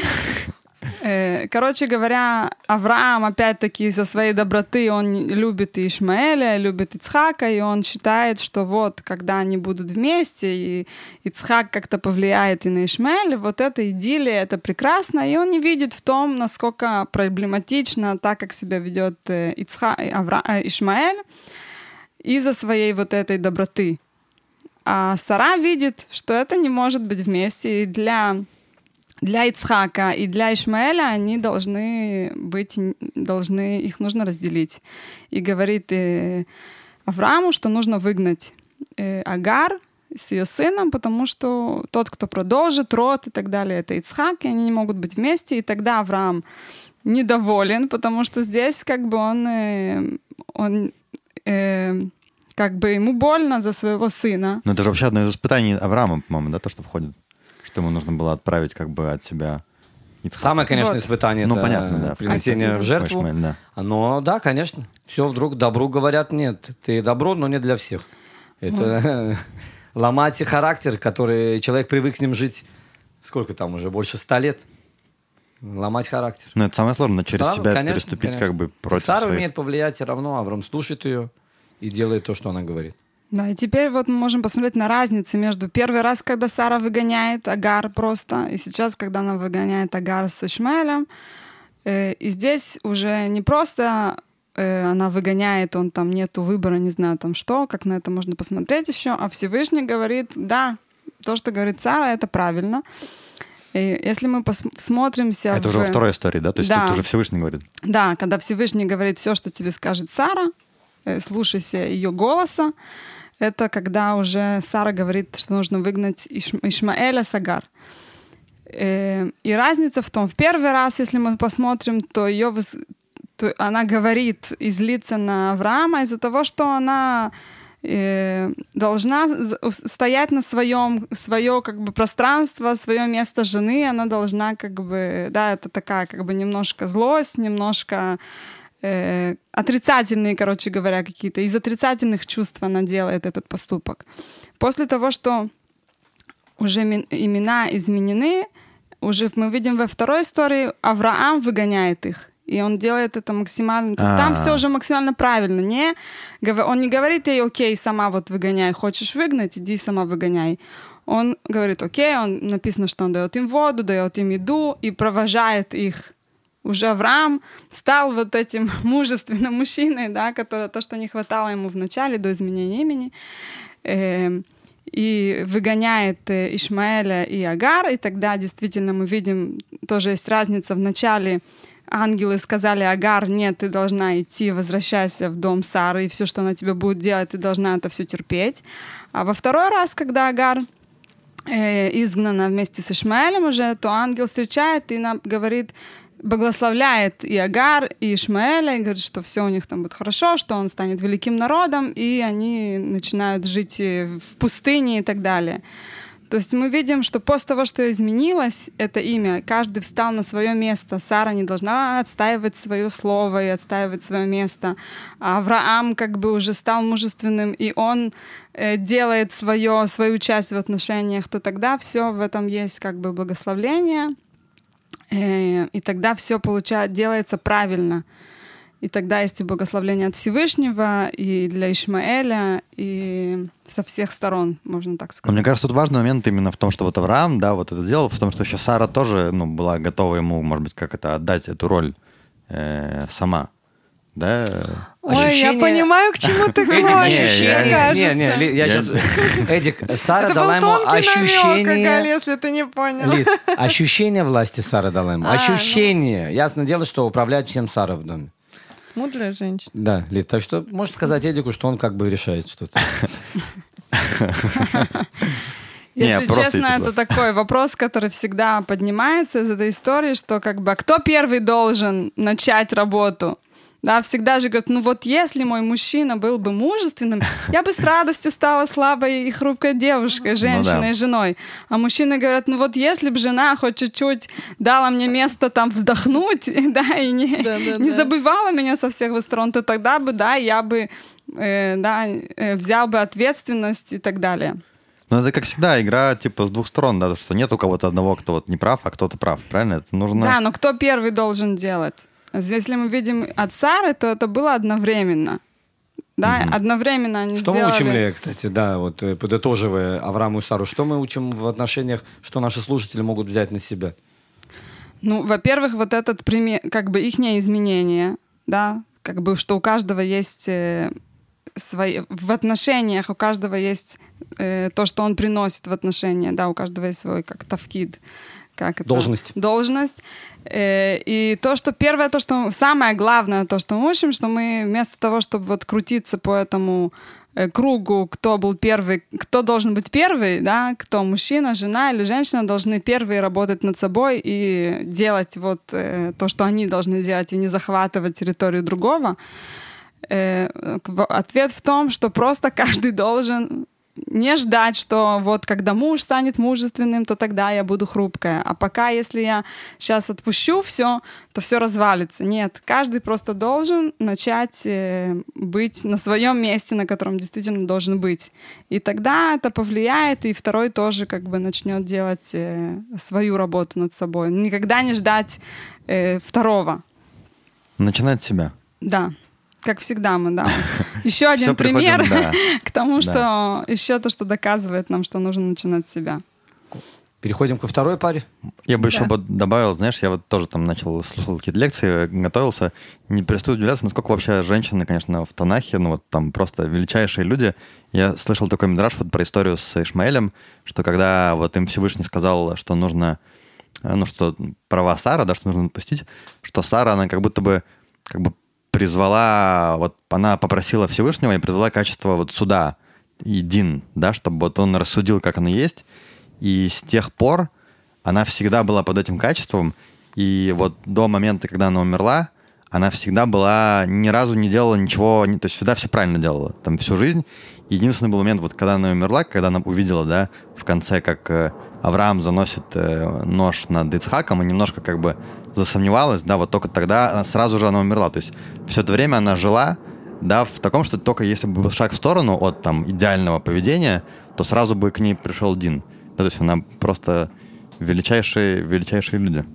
Э, Короче говоря, Авраам, опять-таки, из-за своей доброты, он любит и Ишмаэля, любит Ицхака, и он считает, что вот, когда они будут вместе, и Ицхак как-то повлияет и на Ишмаэля, вот эта идиллия, это прекрасно, и он не видит в том, насколько проблематично так, как себя ведет э, Ицха... э, Авра... э, Ишмаэль из-за своей вот этой доброты. А Сара видит, что это не может быть вместе, и для... Для Ицхака и для Ишмаэля они должны быть, должны, их нужно разделить. И говорит э, Аврааму, что нужно выгнать э, Агар с ее сыном, потому что тот, кто продолжит род и так далее, это Ицхак, и они не могут быть вместе. И тогда Авраам недоволен, потому что здесь как бы он, э, он э, как бы ему больно за своего сына. Ну, это же вообще одно из испытаний Авраама, по-моему, да, то, что входит? Что ему нужно было отправить как бы от себя Ицхака. Самое, конечно, Вот. испытание Ну, это понятно, да, в принесение конце. в жертву. Ишмаэль, да. Но да, конечно. Все вдруг добру говорят нет. Ты добро, но не для всех. Это ломать характер, который человек привык с ним жить. Сколько там уже? Больше ста лет. Ломать характер. Ну, это самое сложное, через Сара, себя конечно, переступить конечно. как бы против Сара своих. умеет повлиять все равно. Авраам слушает ее и делает то, что она говорит. Да, и теперь вот мы можем посмотреть на разницу между первый раз, когда Сара выгоняет Агар просто, и сейчас, когда она выгоняет Агар с Ишмаэлем. Э, и здесь уже не просто э, она выгоняет, он там нету выбора, не знаю там что, как на это можно посмотреть еще, а Всевышний говорит, да, то, что говорит Сара, это правильно. И если мы посмотримся... Это в... уже во второй истории, да? То есть Да. тут уже Всевышний говорит. Да, когда Всевышний говорит все, что тебе скажет Сара, э, слушайся ее голоса, это когда уже Сара говорит, что нужно выгнать Иш- Ишмаэля с Агар. Э, И разница в том, в первый раз, если мы посмотрим, то ее выс- то она говорит и злится на Авраама из-за того, что она э, должна з- стоять на своем, свое как бы пространство, свое место жены, она должна как бы, да, это такая как бы немножко злость, немножко э, отрицательные, короче говоря, какие-то, из отрицательных чувств она делает этот поступок. После того, что уже ми- имена изменены, уже мы видим во второй истории, Авраам выгоняет их. И он делает это максимально... То есть там А. все уже максимально правильно. Не, гов- он не говорит ей, окей, сама вот выгоняй. Хочешь выгнать, иди сама выгоняй. Он говорит, окей, он написано, что он дает им воду, дает им еду и провожает их. Уже Авраам стал вот этим мужественным мужчиной, да, который, то, что не хватало ему в начале, до изменения имени. Эм, и выгоняет э, Ишмаэля и Агар, и тогда действительно мы видим, тоже есть разница в начале. Ангелы сказали, Агар, нет, ты должна идти, возвращайся в дом Сары, и все, что она тебе будет делать, ты должна это все терпеть. А во второй раз, когда Агар э, изгнана вместе с Ишмаэлем уже, то ангел встречает и нам говорит, благословляет и Агар, и Ишмаэля, и говорит, что все у них там будет хорошо, что он станет великим народом, и они начинают жить в пустыне и так далее. То есть мы видим, что после того, что изменилось это имя, каждый встал на свое место. Сара не должна отстаивать свое слово и отстаивать свое место. А Авраам как бы уже стал мужественным, и он э, делает свое, свою часть в отношениях, то тогда все в этом есть как бы благословление, э, и тогда все получает, делается правильно. И тогда есть и благословление от Всевышнего, и для Ишмаэля, и со всех сторон, можно так сказать. Но мне кажется, тут важный момент именно в том, что вот Авраам, да, вот это сделал, в том, что еще Сара тоже, ну, была готова ему, может быть, как это, отдать эту роль э, сама, да? Ой, Ощущение- я понимаю, к чему ты Эдик, клонишь, ощущение- мне не, кажется. не, Ли- я Я- щас- Эдик, Сара Это дала был ему тонкий намек, ощущение... Галь, если ты не понял. Лид, ощущение власти Сара дала ему. А, ну. Ощущение. Ясно дело, что управляет всем Сара в доме. Мудрая женщина. Да, Лид, так что можешь сказать Эдику, что он как бы решает что-то. Не, Если просто честно, идти это туда. такой вопрос, который всегда поднимается из этой истории, что как бы а кто первый должен начать работу? Да, всегда же говорят, ну вот если мой мужчина был бы мужественным, я бы с радостью стала слабой и хрупкой девушкой, женщиной, да. женой. А мужчины говорят, ну вот если бы жена хоть чуть-чуть дала мне место там вздохнуть, да, и не, Да, да, не да. забывала меня со всех сторон, то тогда бы, да, я бы, э, да, э, взял бы ответственность и так далее. Ну, это, как всегда, игра, типа, с двух сторон, да, что нет у кого-то одного, кто вот не прав, а кто-то прав, правильно? Это нужно... Да, но кто первый должен делать? Если мы видим от Сары, то это было одновременно. Да, Мгм. одновременно они Что сделали. мы учим, Лея, кстати, да, вот э, подытоживая Аврааму и Сару, что мы учим в отношениях, что наши слушатели могут взять на себя? Ну, во-первых, вот этот пример, как бы ихнее изменение, да, как бы, что у каждого есть э, свои... В отношениях у каждого есть э, то, что он приносит в отношения, да, у каждого есть свой, как тавкид, как это? Должность. Должность. Э, и то, что первое, то, что самое главное, то, что мы учим, что мы вместо того, чтобы вот крутиться по этому э, кругу, кто был первый, кто должен быть первый, да, кто мужчина, жена или женщина должны первые работать над собой и делать вот э, то, что они должны делать, и не захватывать территорию другого. Э, в- ответ в том, что просто каждый должен не ждать, что вот когда муж станет мужественным, то тогда я буду хрупкая. А пока, если я сейчас отпущу все, то все развалится. Нет, каждый просто должен начать э, быть на своем месте, на котором действительно должен быть. И тогда это повлияет, и второй тоже как бы начнет делать э, свою работу над собой. Никогда не ждать э, второго. Начинать с себя. Да. Как всегда мы, да. Еще один Всё пример приходим, да. к тому, Да. что еще то, что доказывает нам, что нужно начинать с себя. Переходим ко второй паре. Я бы еще Да. бы добавил, знаешь, я вот тоже там начал слушал какие-то лекции, готовился. Не перестаю удивляться, насколько вообще женщины, конечно, в Танахе, ну вот там просто величайшие люди. Я слышал такой мидраш вот про историю с Ишмаэлем, что когда вот им Всевышний сказал, что нужно, э, ну что права Сара, да, что нужно отпустить, что Сара, она как будто бы, как бы призвала, вот она попросила Всевышнего и призвала качество вот суда и дин, да, чтобы вот он рассудил, как оно есть. И с тех пор она всегда была под этим качеством. И вот до момента, когда она умерла, она всегда была, ни разу не делала ничего, не- то есть всегда все правильно делала, там, всю жизнь. Единственный был момент, вот когда она умерла, когда она увидела, да, в конце, как э, Авраам заносит э, нож над Ицхаком, и немножко как бы засомневалась, да, вот только тогда она- сразу же она умерла. То есть все это время она жила, да, в таком, что только если бы был шаг в сторону от там идеального поведения, то сразу бы к ней пришел Дин. Да, то есть она просто величайшие, величайшие люди.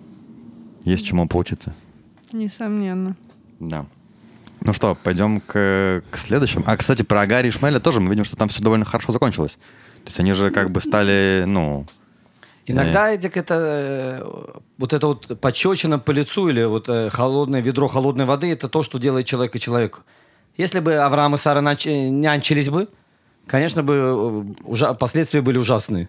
Есть чему поучиться. Несомненно. Да. Ну что, пойдем к, к следующему. А, кстати, про Агари и Ишмаэля тоже мы видим, что там все довольно хорошо закончилось. То есть они же как бы стали, ну... Иногда, Эдик, это э, вот это вот пощечина по лицу или вот э, холодное ведро холодной воды, это то, что делает человека человеку. Если бы Авраам и Сара нач- нянчились бы, конечно бы э, ужа- последствия были ужасные.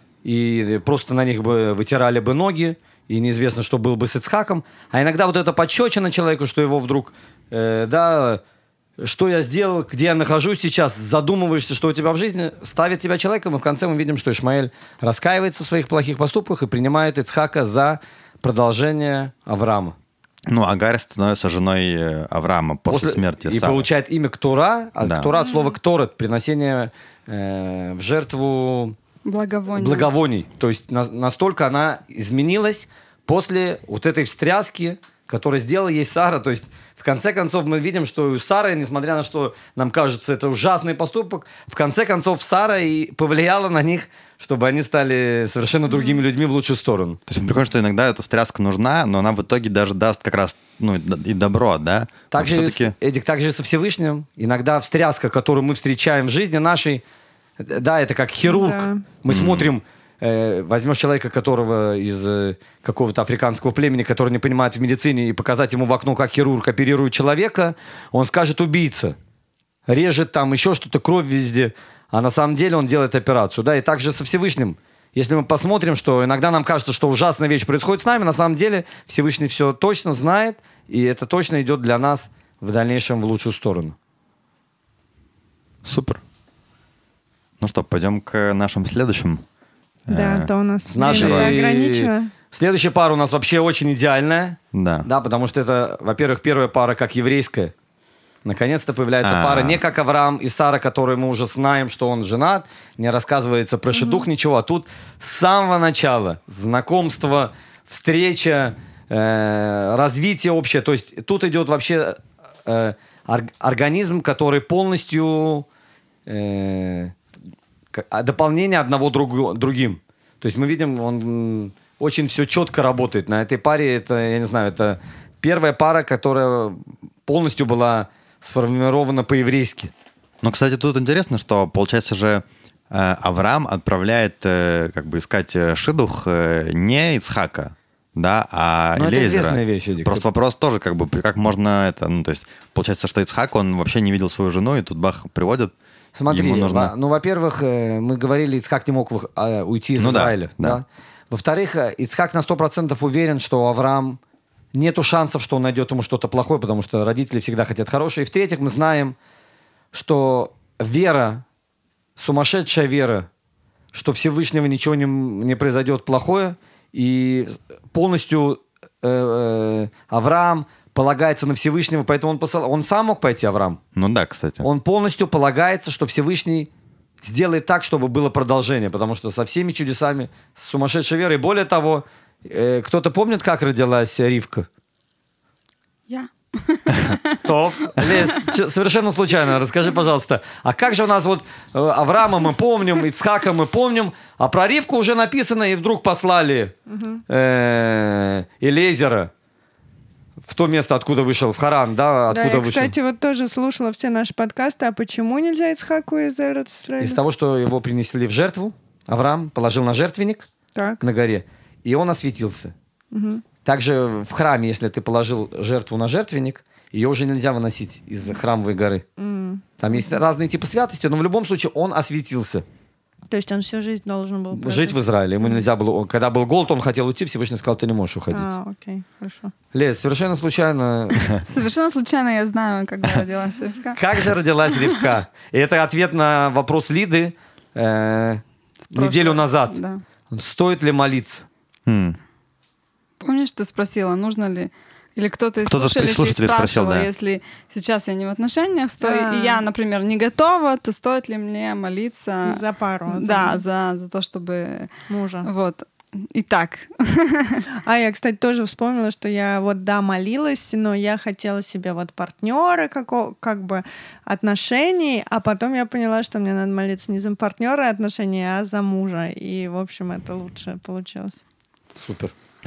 И просто на них бы вытирали бы ноги, и неизвестно, что было бы с Ицхаком. А иногда вот это пощечина человеку, что его вдруг, э, да, что я сделал, где я нахожусь сейчас, задумываешься, что у тебя в жизни, ставит тебя человеком, и в конце мы видим, что Ишмаэль раскаивается в своих плохих поступках и принимает Ицхака за продолжение Авраама. Ну, Агарь становится женой э, Авраама после, смерти И Сары. получает имя Ктура, а Да. Ктура от слова Кторет, приносение э, в жертву Благовоний. благовоний. То есть на- настолько она изменилась после вот этой встряски, которую сделала ей Сара. То есть в конце концов мы видим, что у Сары, несмотря на что нам кажется это ужасный поступок, в конце концов Сара и повлияла на них, чтобы они стали совершенно другими людьми в лучшую сторону. То есть прикольно, что иногда эта встряска нужна, но она в итоге даже даст как раз ну, и добро, да? Также, все-таки... Эдик, также со Всевышним. Иногда встряска, которую мы встречаем в жизни нашей, да, это как хирург. Да. Мы mm-hmm. смотрим, э, возьмешь человека, которого из э, какого-то африканского племени, который не понимает в медицине, и показать ему в окно, как хирург оперирует человека, он скажет убийца. Режет там еще что-то, кровь везде. А на самом деле он делает операцию. Да? И также со Всевышним. Если мы посмотрим, что иногда нам кажется, что ужасная вещь происходит с нами, на самом деле Всевышний все точно знает, и это точно идет для нас в дальнейшем в лучшую сторону. Супер. Ну что, пойдем к нашим следующим. Да, Э, то у нас С нашей- время ограничено. Следующая пара у нас вообще очень идеальная. Да. Да, потому что это, во-первых, первая пара как еврейская. Наконец-то появляется А. пара не как Авраам и Сара, которые мы уже знаем, что он женат, не рассказывается про шедух, ничего. А тут с самого начала знакомство, встреча, э, развитие общее. То есть тут идет вообще э, ор- организм, который полностью э, к- а, дополнение одного другу- другим. То есть мы видим, он м, очень все четко работает. На этой паре это, я не знаю, это первая пара, которая полностью была сформирована по-еврейски. Ну, кстати, тут интересно, что, получается же, э, Авраам отправляет э, как бы искать э, шидух э, не Ицхака, да, а Ну, это Элиэзера. известная вещь, Эдик. Просто вопрос тоже, как бы, как можно это, ну, то есть, получается, что Ицхак, он вообще не видел свою жену, и тут бах, приводят. Смотри, Ему нужно- во- ну, во-первых, э, мы говорили, Ицхак не мог вы- а, уйти из Ну да, Израиля. да. Да? Во-вторых, э, Ицхак на сто процентов уверен, что у Авраам нету шансов, что он найдет ему что-то плохое, потому что родители всегда хотят хорошее. И в-третьих, мы знаем, что вера, сумасшедшая вера, что Всевышнего ничего не, не произойдет плохое, и полностью э, э, Авраам полагается на Всевышнего, поэтому он, посыл... он сам мог пойти, Авраам. Ну да, кстати. Он полностью полагается, что Всевышний сделает так, чтобы было продолжение, потому что со всеми чудесами, с сумасшедшей верой. Более того, э, кто-то помнит, как родилась Ривка? Я. Топ. Лес, ч- совершенно случайно. Расскажи, пожалуйста, а как же у нас вот э, Авраама мы помним, Ицхака мы помним, а про Ривку уже написано, и вдруг послали э, Элиэзера в то место, откуда вышел, в Харан, да, откуда Да, я, вышел. кстати, вот тоже слушала все наши подкасты. А почему нельзя Ицхаку из Эрец-Исраэля? Из того, что его принесли в жертву, Авраам положил на жертвенник Так. на горе, и он осветился. Также в храме, если ты положил жертву на жертвенник, ее уже нельзя выносить из храмовой горы. Там есть разные типы святости, но в любом случае он осветился. То есть он всю жизнь должен был Жить в Израиле. Ему нельзя было... он- Когда был голод, он хотел уйти, Всевышний сказал, ты не можешь уходить. А, окей, хорошо. Лез, совершенно случайно... Совершенно случайно я знаю, когда родилась Ривка. Как же родилась Ривка? И это ответ на вопрос Лиды э, неделю назад. Да. Стоит ли молиться? М. Помнишь, ты спросила, нужно ли... Или кто-то из Кто-то из слушателей слушателей спросил, спрашивал, да. если сейчас я не в отношениях, сто- А. и я, например, не готова, то стоит ли мне молиться... За пару. за Да, за, за то, чтобы... мужа. Вот. Итак. А я, кстати, тоже вспомнила, что я вот, да, молилась, но я хотела себе вот партнера, како- как бы отношений, а потом я поняла, что мне надо молиться не за партнера отношений, а за мужа. И, в общем, это лучше получилось. Супер.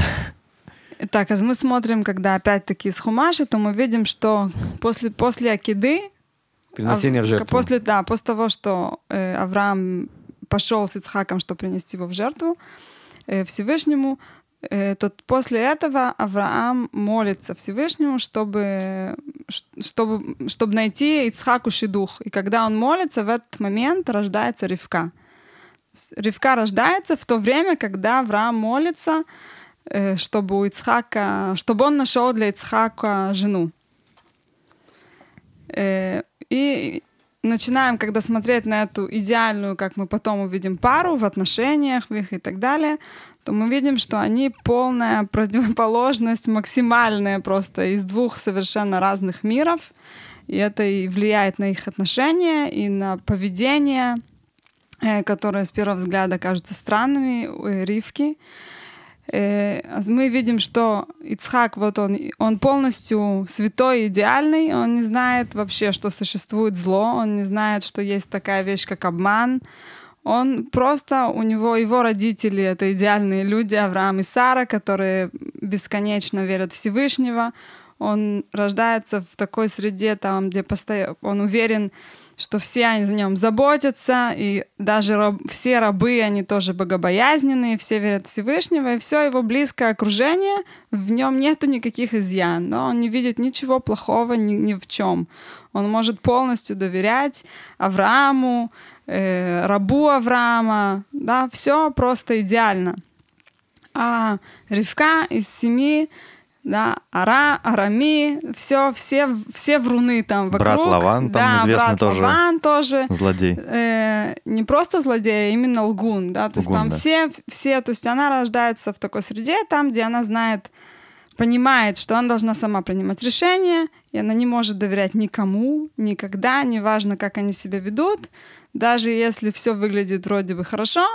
Так, а мы смотрим, когда опять-таки из Хумаша, то мы видим, что после, после Акиды, Приносение в а, жертву. После, да, после того, что э, Авраам пошел с Ицхаком, чтобы принести его в жертву э, Всевышнему, э, то после этого Авраам молится Всевышнему, чтобы, чтобы, чтобы найти Ицхаку шидух. И когда он молится, в этот момент рождается Ривка. Ривка рождается в то время, когда Авраам молится, э, чтобы у Ицхака, чтобы он нашел для Ицхака жену. Э, И начинаем, когда смотреть на эту идеальную, как мы потом увидим, пару в отношениях в их и так далее, то мы видим, что они полная противоположность, максимальная просто из двух совершенно разных миров. И это и влияет на их отношения, и на поведение, э, которые с первого взгляда кажутся странными, у Ривки. Э, мы видим, что Ицхак, вот он, он полностью святой и идеальный, он не знает вообще, что существует зло, он не знает, что есть такая вещь, как обман. Он просто, у него, его родители — это идеальные люди, Авраам и Сара, которые бесконечно верят в Всевышнего. Он рождается в такой среде, там, где постоянно он уверен, что все о нем заботятся, и даже раб, все рабы, они тоже богобоязненные, все верят в Всевышнего, и все его близкое окружение, в нем нету никаких изъян, но он не видит ничего плохого ни, ни в чем. Он может полностью доверять Аврааму, э, рабу Авраама, да, все просто идеально. А Ривка из семьи, да, Ара, Арами, все, все, все вруны там вокруг. Брат Лаван, да, там известный брат тоже. Лаван тоже. Злодей. Э, не просто злодей, а именно лгун, да, то Лгун, есть там да. все, все, то есть она рождается в такой среде, там, где она знает, понимает, что она должна сама принимать решения, и она не может доверять никому, никогда, неважно, как они себя ведут, даже если все выглядит вроде бы хорошо,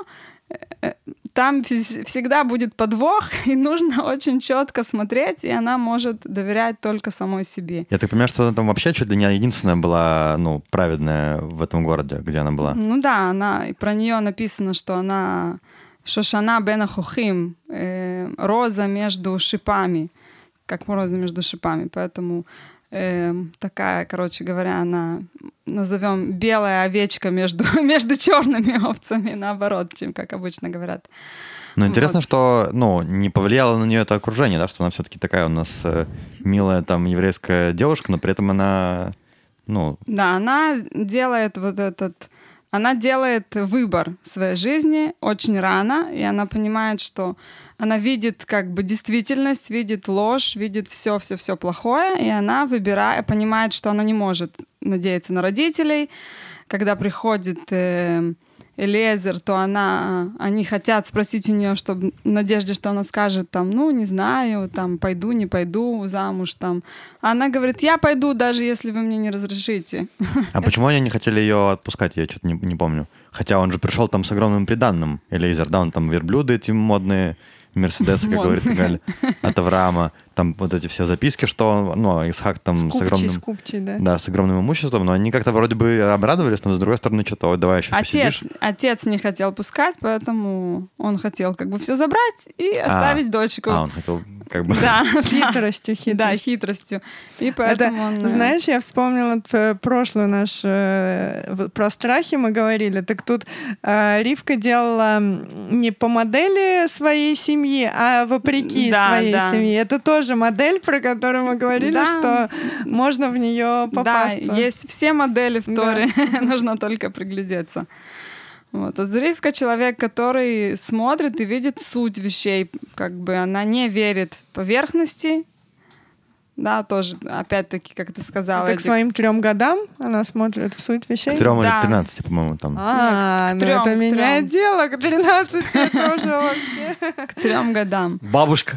там всегда будет подвох, и нужно очень четко смотреть, и она может доверять только самой себе. Я так понимаю, что она там вообще чуть ли не единственная была, ну, праведная в этом городе, где она была. Ну да, она, и про нее написано, что она Шошана бен Ахухим, э, роза между шипами, как роза между шипами, поэтому э, такая, короче говоря, она, назовем, белая овечка между, между черными овцами, наоборот, чем, как обычно говорят. Но интересно, Вот. что, ну, не повлияло на нее это окружение, да, что она все-таки такая у нас э, милая там еврейская девушка, но при этом она, ну... Да, она делает вот этот... Она делает выбор в своей жизни очень рано, и она понимает, что она видит как бы действительность, видит ложь, видит все-все-все плохое, и она выбирает, понимает, что она не может надеяться на родителей. Когда приходит э, Элиэзер, то она, они хотят спросить у нее, чтобы в надежде, что она скажет там, ну, не знаю, там, пойду, не пойду замуж, там. А она говорит, я пойду, даже если вы мне не разрешите. А почему они не хотели ее отпускать, я что-то не, не помню. Хотя он же пришел там с огромным приданным, Элиэзер, да, он там верблюды эти модные, Мерседесы, как говорит Галь, от Авраама, там вот эти все записки, что он, ну, Исхак там Скупчий, с огромным... скупчий, да. Да, с огромным имуществом, но они как-то вроде бы обрадовались, но с другой стороны что-то, ой, давай еще Отец, посидишь. отец не хотел пускать, поэтому он хотел как бы все забрать и оставить а, дочку. А, он хотел как бы... Да, Хитростью, хитростью. да, хитростью. И поэтому Это, он... э, знаешь, я вспомнила т- прошлый наш э, в- про страхи мы говорили. Так тут э, Ривка делала не по модели своей семьи, а вопреки Да, своей да. семьи. Это тоже модель, про которую мы говорили, Да. что можно в нее попасться. Да, есть все модели в Да. Торе, нужно только приглядеться. Вот. А Ривка — человек, который смотрит и видит суть вещей, как бы она не верит поверхности, да, тоже, опять-таки, как ты сказала. Это к Эдик, своим трем годам она смотрит в суть вещей. К трем Да. или тринадцати, по-моему, там. А, Нет, к ну трем, это к меняет трем. дело, к тринадцати это уже вообще. к трем годам. Бабушка.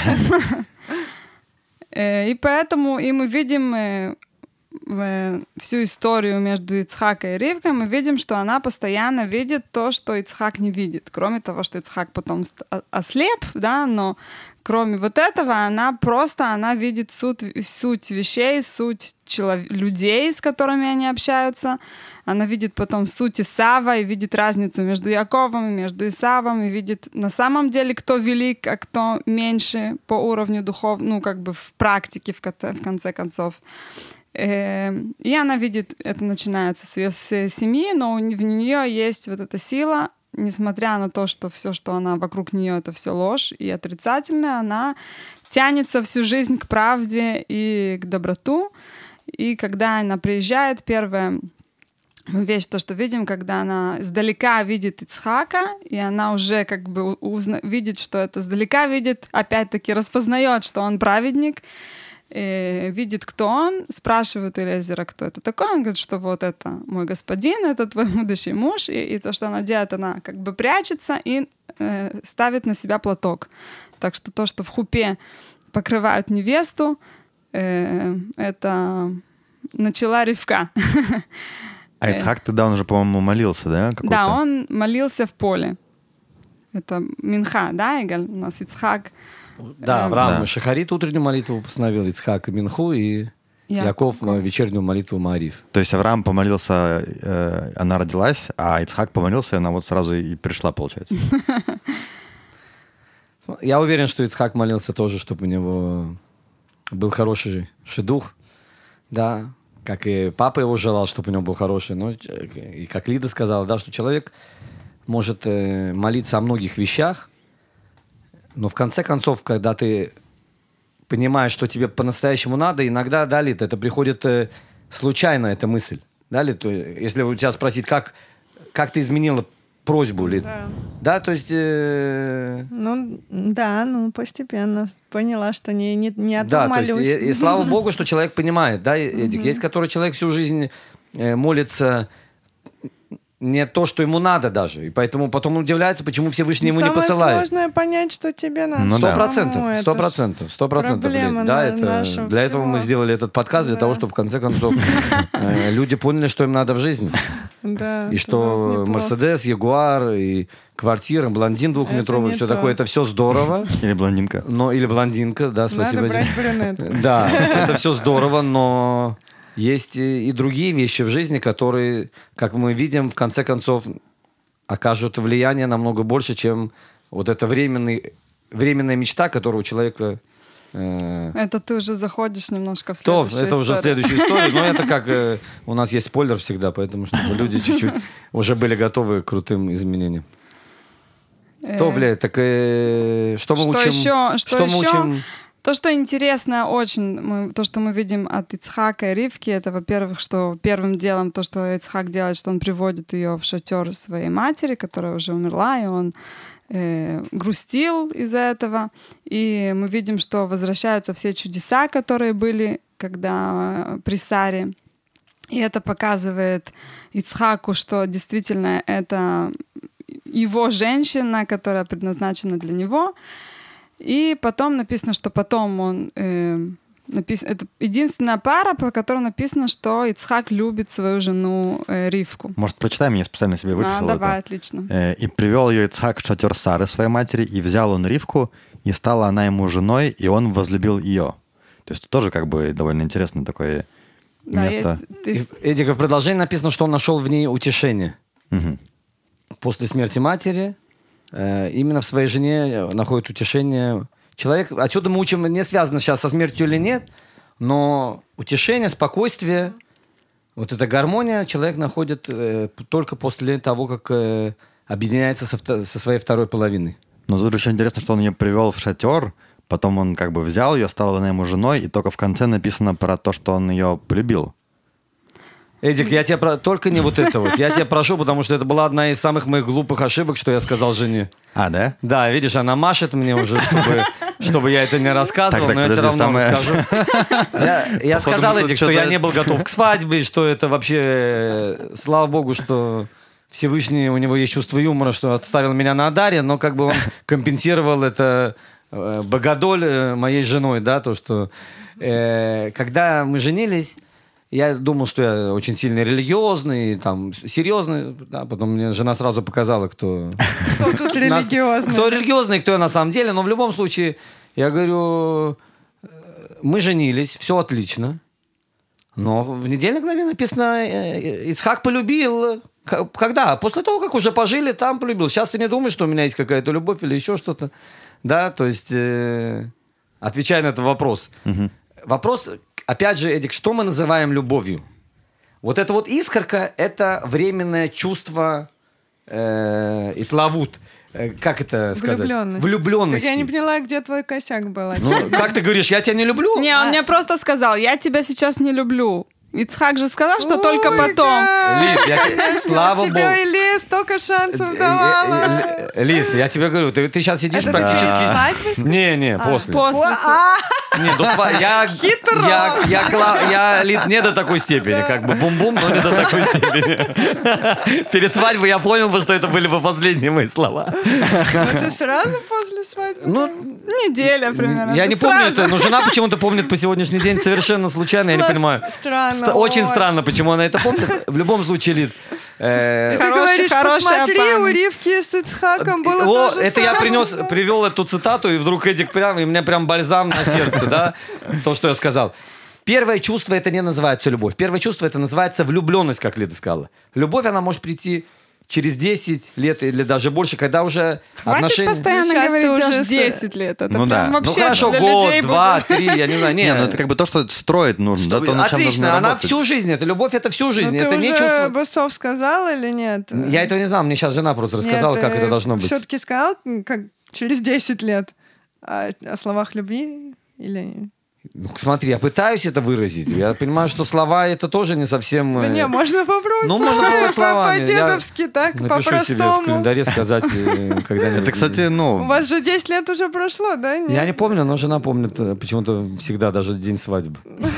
Э, И поэтому и мы видим э, в- всю историю между Ицхаком и Ривкой, мы видим, что она постоянно видит то, что Ицхак не видит. Кроме того, что Ицхак потом ст- о- ослеп, да, но кроме вот этого, она просто она видит суть, суть вещей, суть челов- людей, с которыми они общаются. Она видит потом суть Исава и видит разницу между Яковом и между Исавом, и видит на самом деле, кто велик, а кто меньше по уровню духов, ну, как бы в практике, в, кон- в конце концов. Э, И она видит, это начинается с ее с- семьи, но у не- в нее есть вот эта сила, несмотря на то, что все, что она вокруг нее, это все ложь и отрицательное, она тянется всю жизнь к правде и к доброту. И когда она приезжает, первая вещь, то, что видим, когда она издалека видит Ицхака, и она уже как бы узна- видит, что это издалека видит, опять-таки распознает, что он праведник, э, видит, кто он, спрашивает Элиэзера, кто это такой, он говорит, что вот это мой господин, это твой будущий муж, и, и то, что она делает, она как бы прячется и э, ставит на себя платок. Так что то, что в хупе покрывают невесту, э, это начала Ривка. А Ицхак тогда, он же, по-моему, молился, да? Какой-то? Да, он молился в поле. Это Минха, да, Игаль? У нас Ицхак. Да, э, Авраам Да. Шахарит утреннюю молитву постановил, Ицхак Минху, и Яков. Яков вечернюю молитву Маариф. То есть Авраам помолился, э, она родилась, а Ицхак помолился, и она вот сразу и пришла, получается. Я уверен, что Ицхак молился тоже, чтобы у него был хороший шедух, да, как и папа его желал, чтобы у него был хороший, но и как Лида сказала, да, что человек может э, молиться о многих вещах, но в конце концов, когда ты понимаешь, что тебе по-настоящему надо, иногда, да, Лид, это приходит э, случайно, эта мысль, да, Лид, то, если у тебя спросить, как, как ты изменила просьбу, Лид, Да. да, то есть... э, Ну, да, ну, постепенно поняла, что не, не, не о том Да, то есть, молюсь. и, и слава богу, что человек понимает, да, Эдик. Есть, который человек всю жизнь э, молится не то, что ему надо даже. И поэтому потом он удивляется, почему Всевышний ему не Самое посылает. сложное понять, что тебе надо. Ну Сто да. процентов, Ну, сто это ж процентов, сто процентов. проблема Лид. Да, на- это, нашего для этого всего. мы сделали этот подкаст, для Да. того, чтобы в конце концов э, люди поняли, что им надо в жизни. Да, И что неплохо. Мерседес, Ягуар, и квартира, блондин двухметровый, не все то. такое, это все здорово. Или блондинка. Но, или блондинка, да, спасибо. Надо брать Дим. брюнетку. Да, это все здорово, но есть и и другие вещи в жизни, которые, как мы видим, в конце концов окажут влияние намного больше, чем вот эта временный, временная мечта, которая у человека... э, Это ты уже заходишь немножко в Что? следующую Это уже историю. следующая история. Но это как... э, у нас есть спойлер всегда, поэтому чтобы люди чуть-чуть уже были готовы к крутым изменениям. Э, То, бля, так э, что мы Что учим? еще? Что мы еще? учим? То, что интересно очень, мы- то, что мы видим от Ицхака и Ривки, это, во-первых, что первым делом то, что Ицхак делает, что он приводит ее в шатер своей матери, которая уже умерла, и он э, грустил из-за этого. И мы видим, что возвращаются все чудеса, которые были, когда э, при Саре. И это показывает Ицхаку, что действительно это его женщина, которая предназначена для него. И потом написано, что потом он... Э, напис... Это единственная пара, по которой написано, что Ицхак любит свою жену э, Ривку. Может, прочитаем, я специально себе А, выписал давай, это. отлично. Э, «И привел ее Ицхак в шатер Сары, своей матери, и взял он Ривку, и стала она ему женой, и он возлюбил ее». То есть тоже как бы довольно интересное такое Да, место. есть, ты с- Эдика, в продолжении написано, что он нашел в ней утешение. Мгм. После смерти матери э, именно в своей жене находит утешение человек. Отсюда мы учим, не связано сейчас со смертью или нет, но утешение, спокойствие, вот эта гармония человек находит э, только после того, как э, объединяется со, вто- со своей второй половиной. Но тут еще интересно, что он ее привел в шатер, потом он как бы взял ее, стала она ему женой, и только в конце написано про то, что он ее полюбил. Эдик, я тебя про... только не вот это вот. Я тебя прошу, потому что это была одна из самых моих глупых ошибок, что я сказал жене. А, да? Да, видишь, она машет мне уже, чтобы, чтобы я это не рассказывал, Так, так, но я все подожди, равно самое- расскажу. Я, я Походу, сказал, мы тут Эдик, что я что-то- не был готов к свадьбе, что это вообще, э, слава богу, что Всевышний, у него есть чувство юмора, что отставил меня на Адаре, но как бы он компенсировал это э, богодоль э, моей женой, да, то, что э, когда мы женились, я думал, что я очень сильно религиозный, там, серьезный, да, потом мне жена сразу показала, кто... Кто тут Нас- религиозный? Кто религиозный, кто я на самом деле. Но в любом случае, я говорю, э, мы женились, все отлично. Но в недельной главе написано, э, Ицхак полюбил. К- Когда? После того, как уже пожили, там полюбил. Сейчас ты не думаешь, что у меня есть какая-то любовь или еще что-то. Да, то есть, э, отвечая на этот вопрос. Вопрос, опять же, Эдик, что мы называем любовью? Вот это вот искорка, это временное чувство э, итлавут. Э, Как это сказать? Влюбленность. Влюбленности. Так я не поняла, где твой косяк был. Ну, как ты говоришь, я тебя не люблю? Не, он мне просто сказал, я тебя сейчас не люблю. Ицхак же сказал, что только Ой, потом. да. Лид, я тебе, слава Тебе богу. Илья столько Э, шансов давала. Лид, я тебе говорю, ты, ты сейчас сидишь Это ты практически... перед свадьбой сказал? Не, не, после. После. А, Не, до сва- я, Хитро. я, я, кла- я, Лид, не до такой степени, как бы бум-бум, но не до такой степени. Перед свадьбой я понял бы, что это были бы последние мои слова. ну ты сразу после свадьбы? Ну, Неделя примерно. я Ты не помню сразу. это, но жена почему-то помнит по сегодняшний день совершенно случайно, я не Сла- понимаю. Странно. стра- очень очень. странно, почему она это помнит. В любом случае, Лид. э, Ты Хорошая- говоришь, хорошая посмотри, у память. Ривки с Ицхаком было О, то же это я самое. принес, привел эту цитату, и вдруг Эдик прям, и у меня прям бальзам на сердце, да, то, что я сказал. Первое чувство, это не называется любовь. Первое чувство, это называется влюбленность, как Лида сказала. Любовь, она может прийти через десять лет или даже больше, когда уже Хватит отношения... постоянно Ну, щас ты говорить уже аж с- десять лет. Это Ну да. прям Ну, Ну вообще хорошо, для год, людей два, будет- три, я не знаю. Не, Не, ну это как бы то, что строить нужно, да, то, над чем Отлично, нужно она работать. всю жизнь, это любовь, это всю жизнь, Ну, это ты не уже чувство... Басов сказал или нет? Я этого не знал, мне сейчас жена просто рассказала, как это должно быть. Все-таки сказал, как через десять лет о, о словах любви или... Ну, смотри, я пытаюсь это выразить. Я понимаю, что слова это тоже не совсем... Да э, не, можно попробовать Ну, можно словами, попробовать словами. Я по-дедовски, так, Напишу себе в по-простому. календаре сказать э, когда-нибудь. Это, кстати, У ну, вас же десять лет уже прошло, да? Нет? Я не помню, но жена помнит э, почему-то всегда, даже день свадьбы.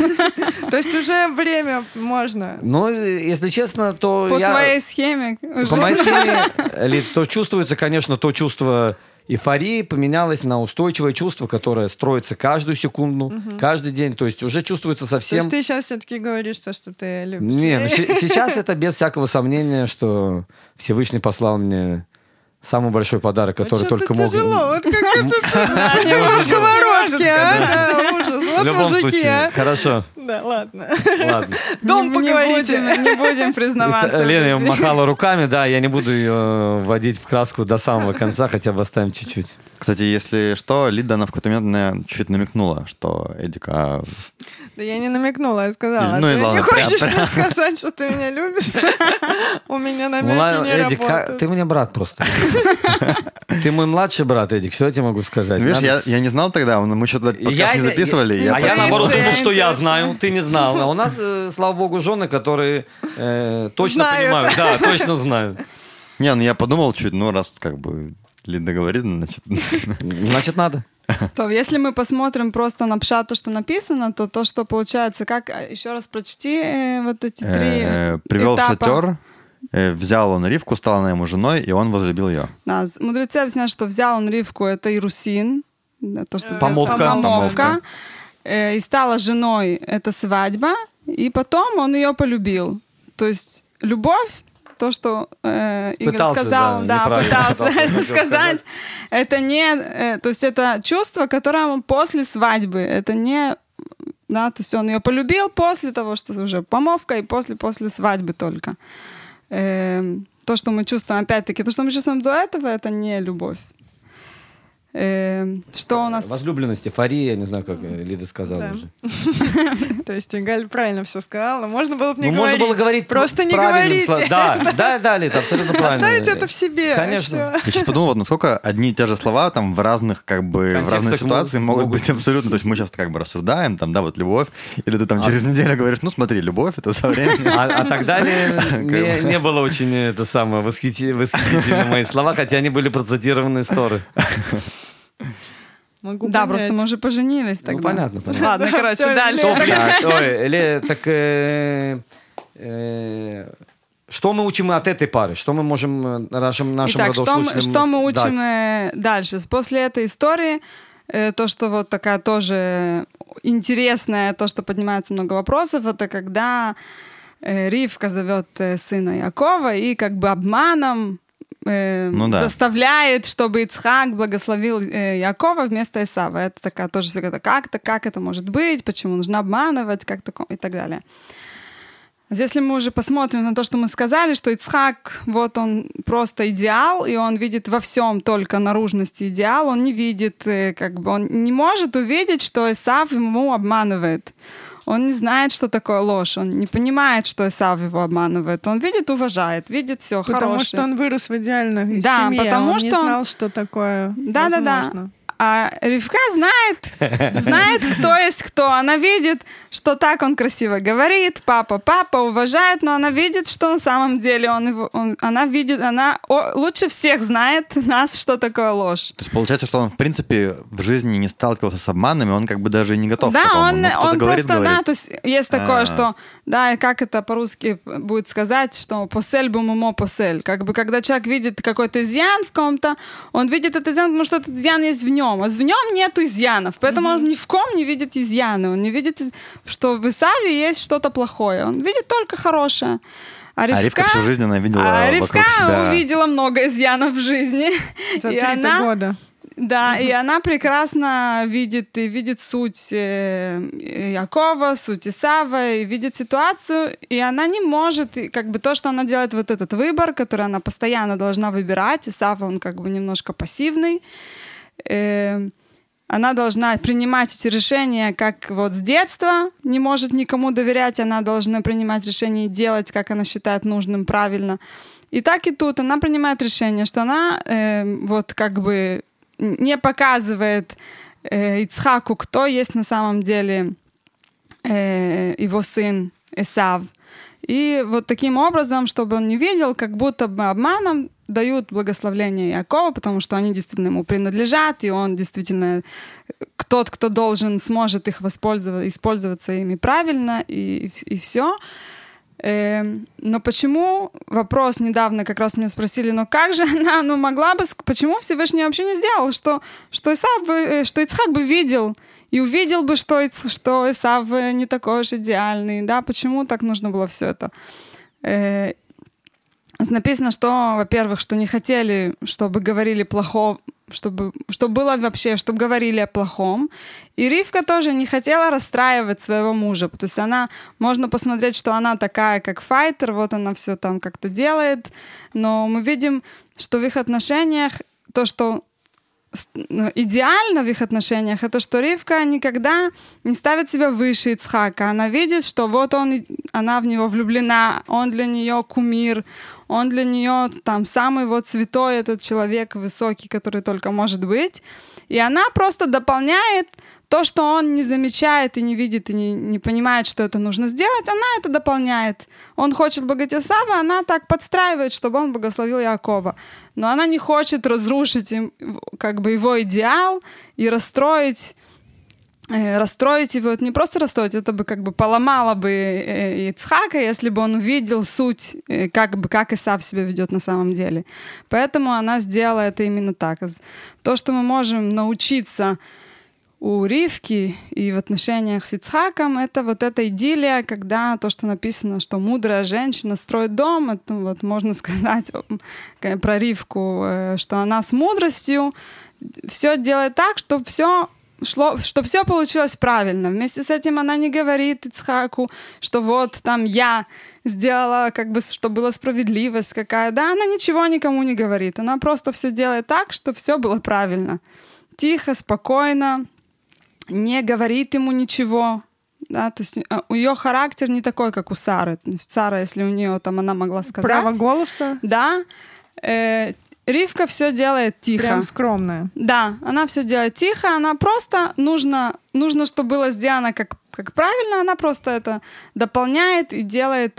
То есть уже время можно. Но, э, если честно, то По я... твоей схеме уже. По моей схеме, Лид, то чувствуется, конечно, то чувство эйфории поменялось на устойчивое чувство, которое строится каждую секунду, каждый день. То есть уже чувствуется То совсем... есть ты сейчас все-таки говоришь, то, что ты любишь. Не, ну, се- сейчас это без всякого сомнения, что Всевышний послал мне самый большой подарок, Ну, который чё-то только мог... тяжело, вот как это немного сковородки, а? Да, ужас, В вот любом мужики, случае, а. хорошо, Да, ладно. ладно. Дом Не- поговорите. Не будем, не будем признаваться. Это Лена в любви. махала руками, да, я не буду ее вводить в краску до самого конца, хотя бы оставим чуть-чуть. кстати, если что, Лида, она в какой-то момент мне чуть намекнула, что Эдик, а Да я не намекнула, я сказала. Ну и Ты не ладно, прям- хочешь прям. мне сказать, что ты меня любишь? У меня Ну, намеки ладно, не Эдик, ка- работают. ты мне брат просто. Ты мой младший брат, Эдик, что я тебе могу сказать? видишь, Надо- я, я не знал тогда, мы что-то подкаст Я- не записывали. А я поэтому- наоборот Интуиция, думал, что я интуиция. знаю, ты не знал. А у нас, э, слава богу, жены, которые э, точно Знают. понимают. Да, точно знают. Не, ну я подумал чуть, ну раз как бы Лида говорит, значит... Значит, надо. То, если мы посмотрим просто на пшат, то, что написано, то то, что получается, как, а, еще раз прочти э, вот эти три Э, Привел этапа. шатер, э, взял он Ривку, стала она ему женой, и он возлюбил ее. Да, с- мудрецы объясняют, что взял он Ривку, это Ирусин, да, то, что Помолвка. делается, Помолвка. помолвка. Э, и стала женой, это свадьба, и потом он ее полюбил. То есть любовь, то, что э, Игорь Пытался, сказал, да, да, неправильно пытался пытался хотел сказать, сказать. это не, э, то есть это чувство, которое после свадьбы, это не, да, то есть он ее полюбил после того, что уже помолвка, и после, после свадьбы только. Эм, то, что мы чувствуем, опять-таки, то, что мы чувствуем до этого, это не любовь. Эм, что у нас? Возлюбленность, эйфория, я не знаю, как э, Лида сказала Да. уже. То есть Галь правильно все сказала, но можно было бы не Ну, говорить. можно было говорить Просто не правильным говорите. сло- Да, да, да, Лида, абсолютно правильно. Оставить это в себе. Конечно. всё. Я сейчас подумал, вот насколько одни и те же слова там в разных, как бы, в Контекстах разной ситуации могут- могут быть абсолютно. То есть мы сейчас как бы рассуждаем, там, да, вот любовь, или ты там А. через неделю говоришь, ну смотри, любовь, это со временем. А, а тогда не, не, не было очень это самое восхити- восхитительны мои слова, хотя они были процитированы из Торы. Могу Да, понять. просто мы уже поженились Ну, тогда. понятно, понятно. Ладно, Да, короче, всё, дальше. Лена. Так, ой, Ле, так э, э, что мы учим от этой пары? Что мы можем э, нашим, нашим Итак, что мы, радиослушателям что мы учим дать? э, дальше? После этой истории, э, то, что вот такая тоже интересная, то, что поднимается много вопросов, это когда э, Ривка зовет э, сына Якова и как бы обманом э, Ну да. заставляет, чтобы Ицхак благословил э, Якова вместо Исава. Это такая тоже всегда, как-то, как это может быть, почему нужно обманывать, как тако, и так далее. Если мы уже посмотрим на то, что мы сказали, что Ицхак, вот он просто идеал, и он видит во всем только наружности идеал, он не видит, э, как бы, он не может увидеть, что Исав ему обманывает. Он не знает, что такое ложь, он не понимает, что Исав его обманывает. Он видит, уважает, видит все Потому хорошее. что он вырос в идеальной Да, семье, потому он не что он- знал, что такое Да-да-да. возможно. А Ривка знает, знает, кто есть кто. Она видит, что так он красиво говорит, папа, папа, уважает, но она видит, что на самом деле он его, он, она видит, она о- лучше всех знает нас, что такое ложь. То есть получается, что он, в принципе, в жизни не сталкивался с обманами, он как бы даже и не готов к Да, такому. он, Ну, кто-то он говорит, просто, да, говорит. то есть есть такое, А. что, да, и как это по-русски будет сказать, что посель бумумо посель. Как бы, когда человек видит какой-то изъян в ком-то, он видит этот изъян, потому что этот изъян есть в нем. нем, а в нем нету изъянов, поэтому mm-hmm. он ни в ком не видит изъяны, он не видит, что в Исаве есть что-то плохое, он видит только хорошее. А Ривка, а Ривка всю жизнь она видела а вокруг Ривка себя... увидела много изъянов в жизни. За три года. Да, и она прекрасно видит и видит суть Якова, суть Исава, и видит ситуацию, и она не может, и как бы то, что она делает вот этот выбор, который она постоянно должна выбирать, Исав, он как бы немножко пассивный, э, она должна принимать эти решения, как вот с детства, не может никому доверять, она должна принимать решения и делать, как она считает нужным, правильно. И так и тут она принимает решение, что она э, вот как бы не показывает э, Ицхаку, кто есть на самом деле э, его сын Эсав. И вот таким образом, чтобы он не видел, как будто бы обманом дают благословление Иакова, потому что они действительно ему принадлежат, и он действительно тот, кто должен, сможет их воспользоваться, использоваться ими правильно, и, и все. Но почему, вопрос недавно как раз меня спросили, но как же она, ну могла бы, почему Всевышний вообще не сделал, что, что, Исав бы, что Ицхак бы видел, и увидел бы, что, что Исав не такой уж идеальный, да, почему так нужно было все это? Написано, что, во-первых, что не хотели, чтобы говорили плохо, чтобы, чтобы было вообще, чтобы говорили о плохом. И Ривка тоже не хотела расстраивать своего мужа. То есть она, можно посмотреть, что она такая, как файтер, вот она все там как-то делает. Но мы видим, что в их отношениях то, что идеально в их отношениях, это что Ривка никогда не ставит себя выше Ицхака. Она видит, что вот он, она в него влюблена, он для нее кумир, он для нее там самый вот святой этот человек высокий, который только может быть. И она просто дополняет то, что он не замечает и не видит, и не, не понимает, что это нужно сделать, она это дополняет. Он хочет благословить Исава, она так подстраивает, чтобы он благословил Иакова. Но она не хочет разрушить им, как бы его идеал и расстроить, э, расстроить его. Это не просто расстроить, это бы как бы поломало бы э, Ицхака, если бы он увидел суть, э, как бы как Исав себя ведет на самом деле. Поэтому она сделала это именно так. То, что мы можем научиться у Ривки и в отношениях с Ицхаком, это вот эта идиллия, когда то, что написано, что мудрая женщина строит дом, это вот можно сказать про Ривку, что она с мудростью все делает так, чтобы все шло, чтобы все получилось правильно. Вместе с этим она не говорит Ицхаку, что вот там я сделала, как бы, чтобы была справедливость какая. Да, она ничего никому не говорит. Она просто все делает так, чтобы все было правильно. Тихо, спокойно, не говорит ему ничего, да, то есть у ее характер не такой, как у Сары. Сара, если у нее там она могла сказать. Право голоса. Да. Э, Ривка все делает тихо. Прям скромная. Да, она все делает тихо, она просто нужно, нужно, чтобы было сделано как, как правильно, она просто это дополняет и делает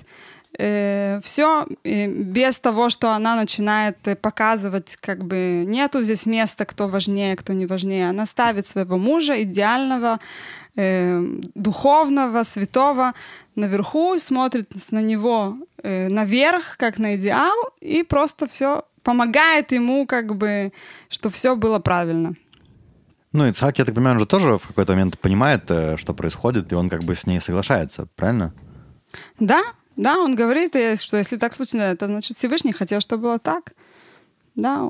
э, все э, без того, что она начинает показывать, как бы нету здесь места, кто важнее, кто не важнее. Она ставит своего мужа, идеального, э, духовного, святого, наверху, смотрит на него э, наверх, как на идеал, и просто все помогает ему, как бы, чтобы все было правильно. Ну, Ицхак, я так понимаю, он же тоже в какой-то момент понимает, что происходит, и он как бы с ней соглашается, правильно? Да. Да, он говорит, что если так случится, это значит Всевышний хотел, чтобы было так. Да.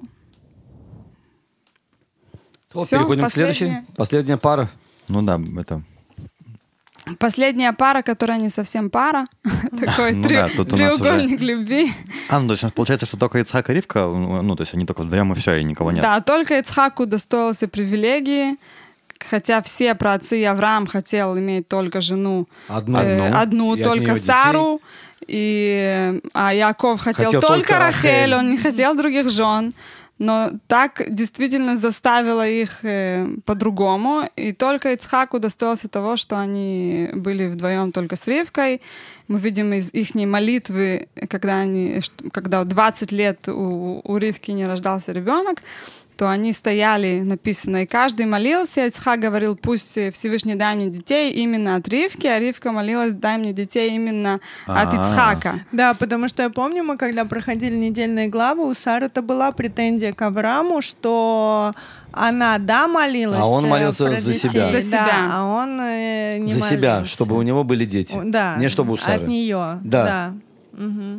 Вот, переходим к следующей. Последняя пара. Ну да, это... Последняя пара, которая не совсем пара. Такой треугольник любви. А, ну то есть получается, что только Ицхак и Ривка, ну то есть они только вдвоем и все, и никого нет. Да, только Ицхаку достоился привилегии. Хотя все праотцы, Авраам хотел иметь только жену, одну, э, одну только Сару, и, а Яков хотел, хотел только, только Рахель, он не хотел других жен. Но так действительно заставило их э, по-другому. И только Ицхаку достоился того, что они были вдвоем только с Ривкой. Мы видим из их молитвы, когда, они, когда двадцать лет у, у Ривки не рождался ребенок, то они стояли, написано, и каждый молился. Ицхак говорил, пусть Всевышний дай мне детей именно от Ривки, а Ривка молилась, дай мне детей именно от Ицхака. Да, потому что я помню, мы когда проходили недельные главы, у Сары-то была претензия к Аврааму, что она, да, молилась А он э, молился про за детей, себя. За себя. Да, а он э, не За молился. себя, чтобы у него были дети. Да, Не чтобы у Сары. от нее. Да. Да. Мгм.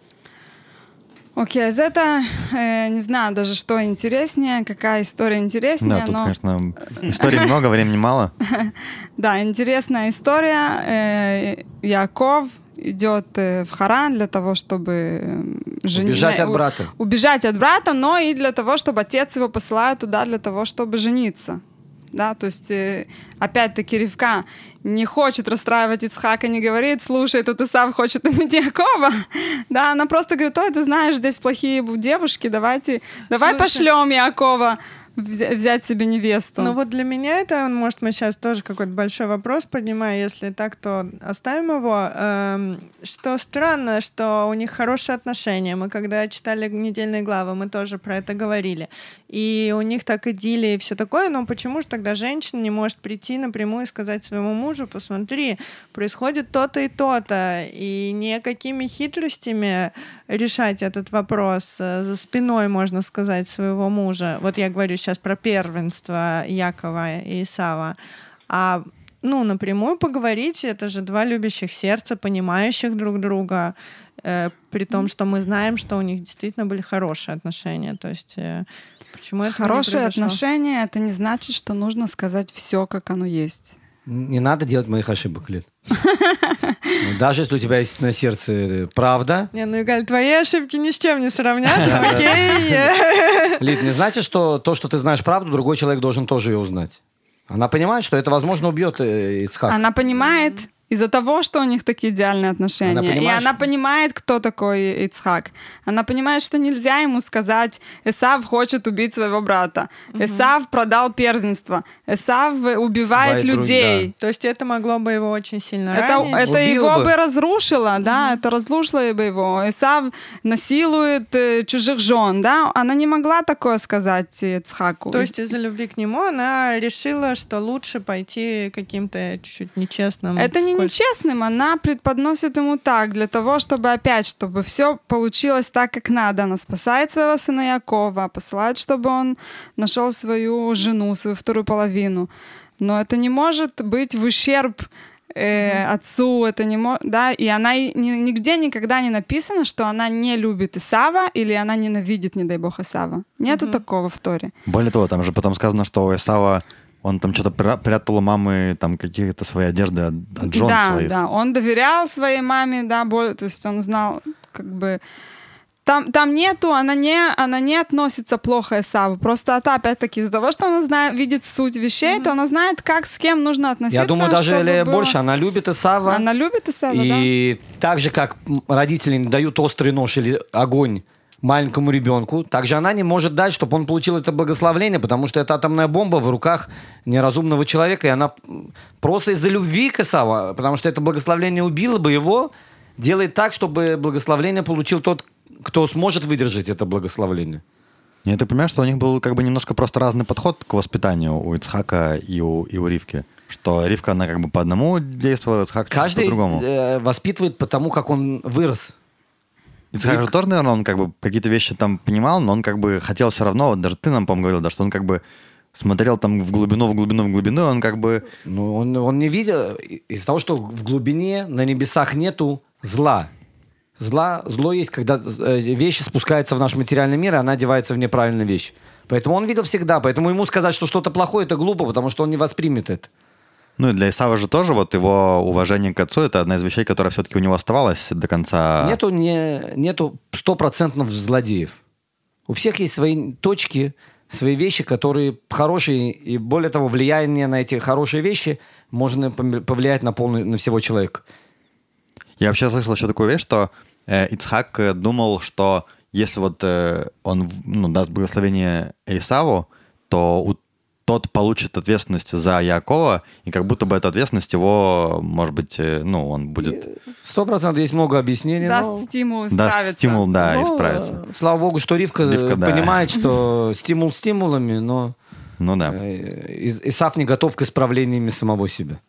Окей, из этого, э, не знаю даже, что интереснее, какая история интереснее, Да, тут, но... конечно, историй много, времени мало. Да, интересная история. Э, Яков идет э, в Харан для того, чтобы жени- Убежать от у- брата. убежать от брата, но и для того, чтобы отец его посылает туда для того, чтобы жениться. Да, то есть, э, опять-таки, Ривка не хочет расстраивать Ицхака, не говорит, слушай, тут Исав хочет иметь Якова. Да, она просто говорит, ой, ты знаешь, здесь плохие девушки, давайте, давай Слушай. пошлем Якова взя- взять себе невесту. Ну вот для меня это, может, мы сейчас тоже какой-то большой вопрос поднимаем, если так, то оставим его. Эм, что странно, что у них хорошие отношения. Мы когда читали недельные главы, мы тоже про это говорили. И у них так идиллия и все такое, но почему же тогда женщина не может прийти напрямую и сказать своему мужу, посмотри, происходит то-то и то-то, и никакими хитростями решать этот вопрос э, за спиной, можно сказать, своего мужа. Вот я говорю сейчас про первенство Якова и Исава. А ну, напрямую поговорить, это же два любящих сердца, понимающих друг друга, э, при том, что мы знаем, что у них действительно были хорошие отношения. То есть э, почему это Хорошие не произошло? отношения — это не значит, что нужно сказать все, как оно есть. Не надо делать моих ошибок, Лид. Ну, даже если у тебя есть на сердце правда, Не, ну, Галь, твои ошибки ни с чем не сравнятся, окей? Лид, не значит, что то, что ты знаешь правду, другой человек должен тоже ее узнать. Она понимает, что это, возможно, убьет э, Ицхака. Она понимает из-за того, что у них такие идеальные отношения. Она и понимает, она что- понимает, кто такой Ицхак. Она понимает, что нельзя ему сказать, Эсав хочет убить своего брата. Эсав продал первенство. Эсав убивает Убивает друг- людей. То есть это могло бы его очень сильно Это, ранить. это Убила его бы. бы разрушило, да, это разрушило бы его. Эсав насилует э, чужих жен, да, она не могла такое сказать Ицхаку. То есть из-за любви к нему она решила, что лучше пойти каким-то чуть-чуть нечестным. Это не скользким. нечестным, она преподносит ему так, для того, чтобы опять, чтобы все получилось так, как надо. Она спасает своего сына Якова, посылает, чтобы он нашел свою жену, свою вторую половину. Но это не может быть в ущерб э, отцу, это не мо- да, и она и ни- нигде никогда не написано, что она не любит Исава или она ненавидит, не дай бог, Исава. Нету такого в Торе. Более того, там же потом сказано, что у Исава он там что-то пря- прятал у мамы там какие-то свои одежды от, от жен да, своих. да, он доверял своей маме, да, более, то есть он знал, как бы, там, там нету, она не, она не относится плохо Исаву, просто это опять-таки из-за того, что она знает, видит суть вещей, mm-hmm. то она знает, как с кем нужно относиться. Я думаю, даже чтобы Лея было- больше, она любит Исава. Она любит Исава, да. И так же, как родители не дают острый нож или огонь маленькому ребенку, также она не может дать, чтобы он получил это благословление, потому что это атомная бомба в руках неразумного человека, и она просто из-за любви к Исаву, потому что это благословение убило бы его, делает так, чтобы благословение получил тот, кто сможет выдержать это благословение. Я так понимаю, что у них был как бы немножко просто разный подход к воспитанию у Ицхака и у, и у Ривки. Что Ривка, она как бы по одному действовала, Ицхак Каждый по-другому. э, воспитывает по тому, как он вырос. Ицхак же тоже, наверное, он как бы какие-то вещи там понимал, но он как бы хотел все равно, вот даже ты нам, по-моему, говорил, да, что он как бы смотрел там в глубину, в глубину, в глубину, и он как бы... Ну, он, он не видел, из-за того, что в глубине на небесах нету зла. Зла, зло есть, когда э, вещи спускаются в наш материальный мир, и она одевается в неправильную вещь. Поэтому он видел всегда. Поэтому ему сказать, что что-то плохое, это глупо, потому что он не воспримет это. Ну и для Исава же тоже вот его уважение к отцу, это одна из вещей, которая все-таки у него оставалась до конца. Нету, не, нету стопроцентных злодеев. У всех есть свои точки, свои вещи, которые хорошие, и более того, влияние на эти хорошие вещи можно повлиять на, полный, на всего человека. Я вообще слышал еще такую вещь, что э, Ицхак э, думал, что если вот э, он ну, даст благословение Исаву, то у, тот получит ответственность за Якова, и как будто бы эта ответственность его, может быть, э, ну, он будет... Сто процентов есть много объяснений. Даст но... стимул исправиться. Даст стимул, да, Но, исправиться. Слава богу, что Ривка, Ривка, да. понимает, что стимул стимулами, но Ну да. э, Исав не готов к исправлениями самого себя.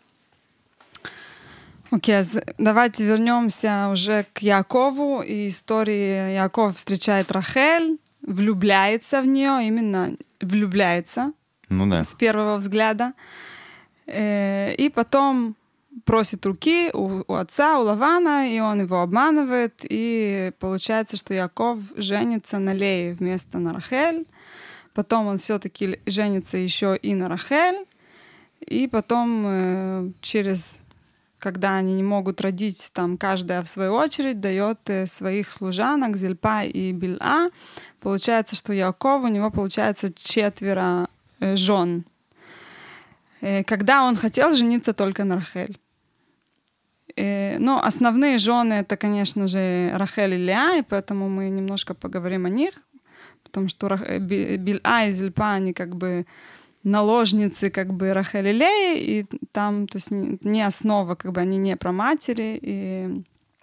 Окей, okay, давайте вернемся уже к Якову и истории. Яков встречает Рахель, влюбляется в нее, именно влюбляется Ну да. с первого взгляда. Э, и потом просит руки у, у отца, у Лавана, и он его обманывает, и получается, что Яков женится на Лее вместо на Рахель. Потом он все-таки женится еще и на Рахель, и потом э, через, когда они не могут родить, там каждая в свою очередь дает э, своих служанок Зильпа и Бильа. Получается, что Яков, у него получается четверо э, жен. Э, когда он хотел жениться только на Рахель. Э, но основные жены это, конечно же, Рахель и Леа, и поэтому мы немножко поговорим о них. Потому что Бильа и Зильпа, они как бы наложницы как бы Рахель и Леи, и там, то есть не основа, как бы они не про матери, и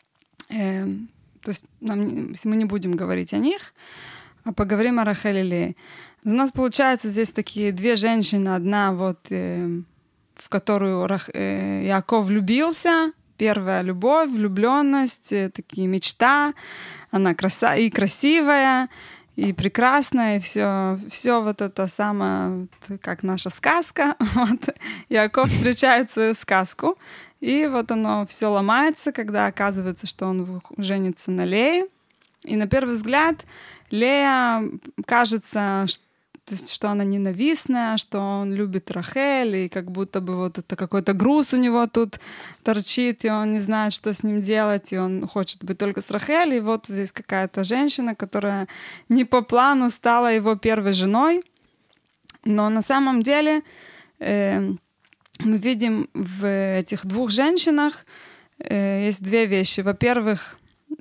э, то есть нам, мы не будем говорить о них, а поговорим о Рахель и Лее. У нас получается здесь такие две женщины, одна вот, э, в которую Рах, э, Яков влюбился, первая любовь, влюбленность, э, такие мечта, она краса и красивая, и прекрасно, и все, все вот это самое, как наша сказка. Вот. Яков встречает свою сказку, и вот оно все ломается, когда оказывается, что он женится на Лее. И на первый взгляд Лея кажется, что То есть, что она ненавистная, что он любит Рахель, и как будто бы вот это какой-то груз у него тут торчит, и он не знает, что с ним делать, и он хочет быть только с Рахель. И вот здесь какая-то женщина, которая не по плану стала его первой женой. Но на самом деле э, мы видим в этих двух женщинах э, есть две вещи. Во-первых,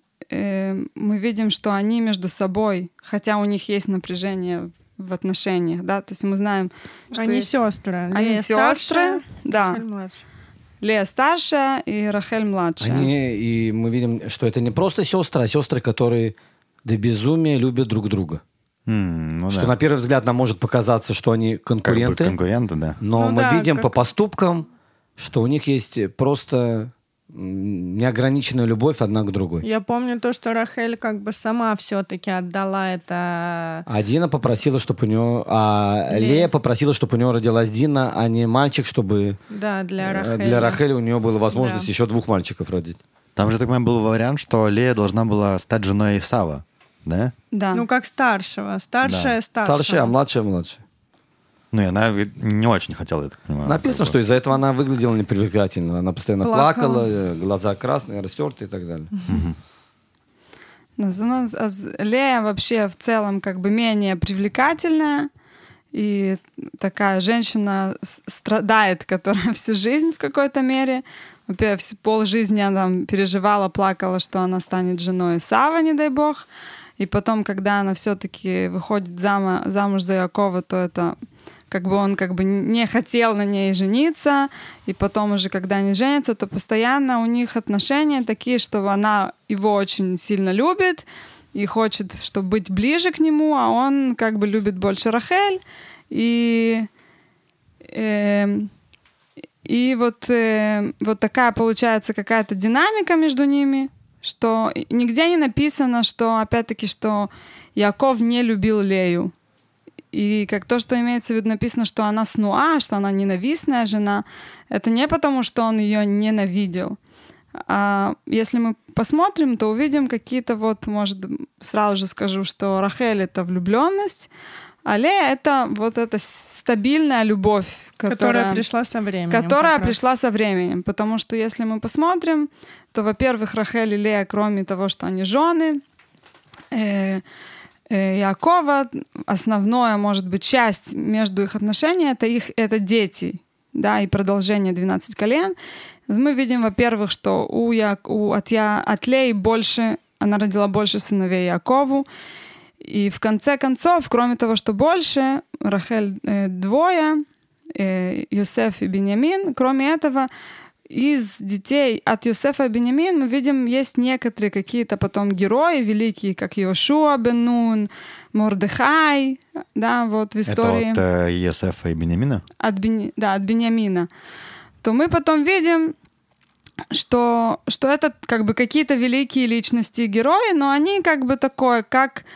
э, мы видим, что они между собой, хотя у них есть напряжение в отношениях, да, то есть мы знаем, что они есть... сестры. Они Лея сестры, старшая, да. Рахель младшая. Лея старшая и Рахель младшая. Они, и мы видим, что это не просто сестры, а сестры, которые до безумия любят друг друга. М, ну Что да. на первый взгляд нам может показаться, что они Как бы конкуренты, конкуренты, да. но Ну мы да, видим как- по поступкам, что у них есть просто м, неограниченная любовь одна к другой. Я помню то, что Рахель как бы сама все-таки отдала это... А Дина попросила, чтобы у нее... А Лея. Лея попросила, чтобы у нее родилась Дина, а не мальчик, чтобы Да, для э, Рахели. для Рахели у нее была возможность Да. еще двух мальчиков родить. Там же, так понимаю, был вариант, что Лея должна была стать женой Исава, да? Да. Ну, как старшего. Старшая Да. старшего. Старшая, а младшая младшая. Ну, и она ведь не очень хотела, я так понимаю. Написано, как что бы. из-за этого она выглядела непривлекательно. Она постоянно Плакала. плакала, э, глаза красные, растертые и так далее. У нас а з- Лея вообще в целом как бы менее привлекательная, и такая женщина с- страдает, которая всю жизнь в какой-то мере. Во-первых, всю полжизни она там переживала, плакала, что она станет женой Исава, не дай бог. И потом, когда она все-таки выходит зама- замуж за Якова, то это как бы он как бы не хотел на ней жениться, и потом уже, когда они женятся, то постоянно у них отношения такие, что она его очень сильно любит и хочет, чтобы быть ближе к нему, а он как бы любит больше Рахель, и эм, и вот э, вот такая получается какая-то динамика между ними, что нигде не написано, что опять-таки, что Яков не любил Лею. И как то, что имеется в виду, написано, что она снуа, что она ненавистная жена, это не потому, что он ее ненавидел. А если мы посмотрим, то увидим какие-то вот, может, сразу же скажу, что Рахель — это влюбленность, а Лея — это вот эта стабильная любовь, Которая, которая, пришла со временем. которая как раз. пришла со временем. Потому что если мы посмотрим, то, во-первых, Рахель и Лея, кроме того, что они жены, э, Якова, основная, может быть, часть между их отношений — это их это дети, да, и продолжение двенадцати колен. Мы видим, во-первых, что у, Я, у от, Я, от Леи больше, она родила больше сыновей Якову, и в конце концов, кроме того, что больше, Рахель э, двое, э, Йосеф и Беньямин, кроме этого, из детей от Йосефа и Беньямин мы видим, есть некоторые какие-то потом герои великие, как Йошуа бен Нун, Мордехай, да, вот в истории. Это от э, Йосефа и Беньямина? От, Бен... да, от Беньямина. То мы потом видим, что, что это как бы какие-то великие личности и герои, но они как бы такое, как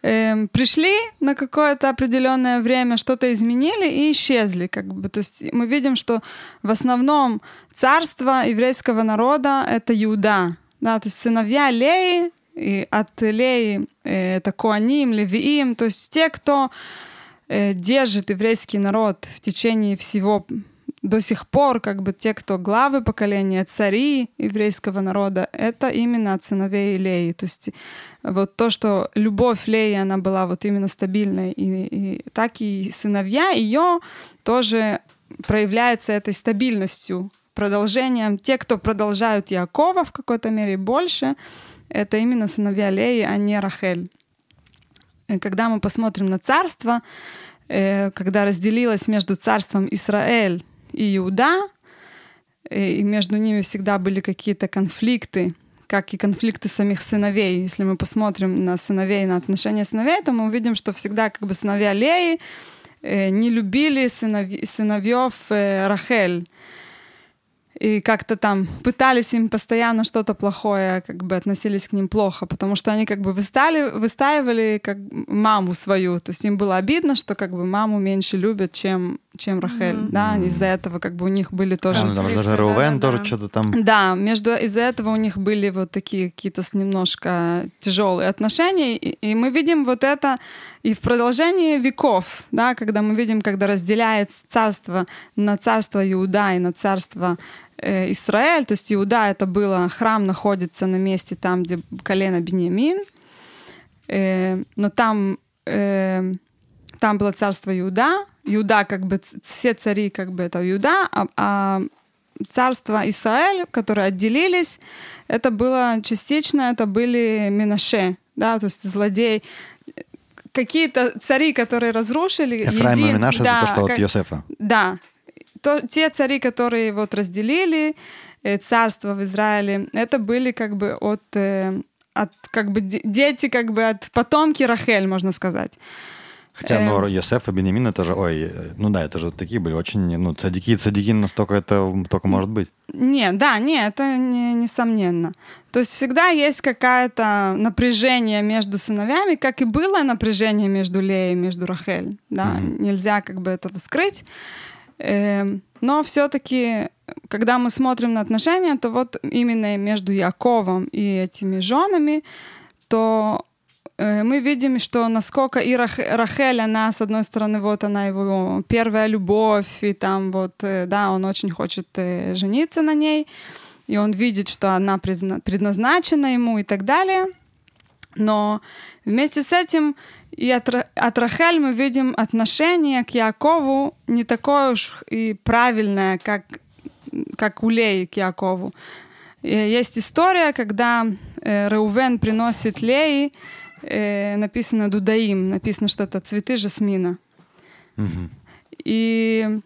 э, пришли на какое-то определенное время, что-то изменили и исчезли. Как бы. То есть мы видим, что в основном царство еврейского народа — это Иуда. Да? То есть сыновья Леи, и от Леи э, это Коаним, Левиим, то есть те, кто э, держит еврейский народ в течение всего до сих пор, как бы те, кто главы поколения, цари еврейского народа, это именно от сыновей Леи. То есть вот то, что любовь Леи, она была вот именно стабильной, и, и так и сыновья ее тоже проявляются этой стабильностью, продолжением. Те, кто продолжают Иакова в какой-то мере больше, это именно сыновья Леи, а не Рахель. И когда мы посмотрим на царство, э, когда разделилось между царством Израиль и Иуда, и между ними всегда были какие-то конфликты, как и конфликты самих сыновей. Если мы посмотрим на сыновей, на отношения сыновей, то мы увидим, что всегда как бы сыновья Леи э, не любили сыновь, сыновьев э, Рахель. И как-то там пытались им постоянно что-то плохое, как бы относились к ним плохо, потому что они как бы выстали, выстаивали как маму свою. То есть им было обидно, что как бы маму меньше любят, чем, чем Рахель. Mm-hmm. Да? Из-за этого как бы у них были тоже... Да, там даже Реувен да, тоже да. что-то там... Да, между... из-за этого у них были вот такие какие-то немножко тяжелые отношения. И, и мы видим вот это и в продолжении веков, да, когда мы видим, когда разделяется царство на царство Иуда и на царство Израиль, то есть Иуда — это было, храм находится на месте там, где колено Беньямин, э, но там, э, там было царство Иуда, Иуда как бы, все цари как бы это Иуда, а, а царство Израиль, которые отделились, это было частично, это были Менаше, да, то есть злодей, какие-то цари, которые разрушили. Эфраим и Менаше — да, это то, что как, от Йосефа. Да. То, те цари, которые вот разделили э, царство в Израиле, это были как бы от, э, от как бы дети, как бы от потомки Рахель, можно сказать. Хотя, ну, э, Йосеф и Беньямин, это же, ой, ну да, это же такие были очень, ну, цадики, цадики настолько это только может быть. Нет, да, нет, это не, несомненно. То есть всегда есть какое-то напряжение между сыновьями, как и было напряжение между Леей и между Рахель, да, mm-hmm. нельзя как бы это скрыть. Но все-таки, когда мы смотрим на отношения, то вот именно между Яковом и этими женами, то мы видим, что насколько и Рахель, она, с одной стороны, вот она его первая любовь, и там вот, да, он очень хочет жениться на ней, и он видит, что она предназначена ему и так далее. Но вместе с этим и от, от Рахель мы видим отношение к Якову не такое уж и правильное, как, как у Леи к Якову. И есть история, когда э, Реувен приносит Леи, э, написано дудаим, написано, что это цветы жасмина. Mm-hmm. И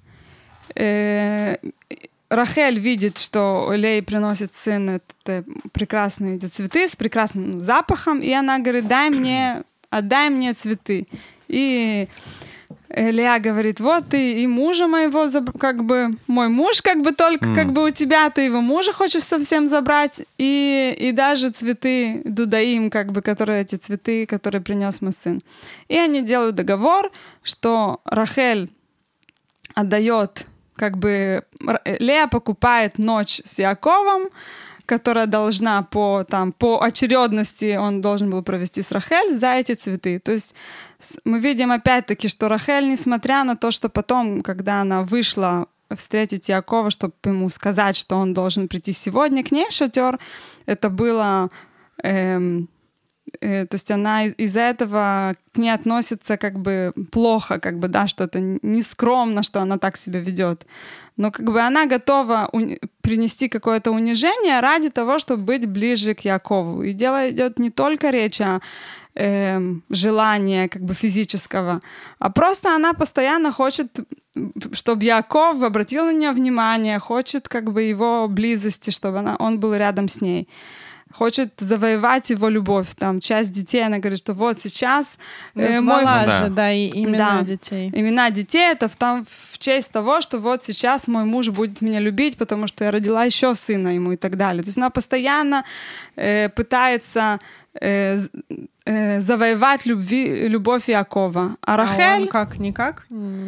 э, Рахель видит, что Леи приносит сыну это прекрасные эти цветы с прекрасным запахом, и она говорит: дай мне, отдай мне цветы. И Лея говорит: вот ты и мужа моего, как бы, мой муж, как бы только, mm. как бы у тебя, ты его мужа хочешь совсем забрать, и, и даже цветы дудаим, как бы, которые, эти цветы, которые принес мой сын. И они делают договор, что Рахель отдает, как бы, Лея покупает ночь с Яковом, которая должна по, там, по очередности он должен был провести с Рахель за эти цветы. То есть мы видим опять-таки, что Рахель, несмотря на то, что потом, когда она вышла встретить Якова, чтобы ему сказать, что он должен прийти сегодня к ней в шатер, это было... Эм, э, то есть она из- из-за этого к ней относится как бы плохо, как бы, да, что это нескромно, что она так себя ведет. Но как бы она готова уни- принести какое-то унижение ради того, чтобы быть ближе к Якову. И дело идет не только речь о э, желании как бы физического, а просто она постоянно хочет, чтобы Яков обратил на нее внимание, хочет как бы его близости, чтобы она, он был рядом с ней. Хочет завоевать его любовь. Там часть детей, она говорит, что вот сейчас... Э, мой... же, да, и имена да. детей. Имена детей — это в, там, в честь того, что вот сейчас мой муж будет меня любить, потому что я родила еще сына ему и так далее. То есть она постоянно э, пытается э, э, завоевать любви, любовь Иакова. А Рахель... А он как, никак?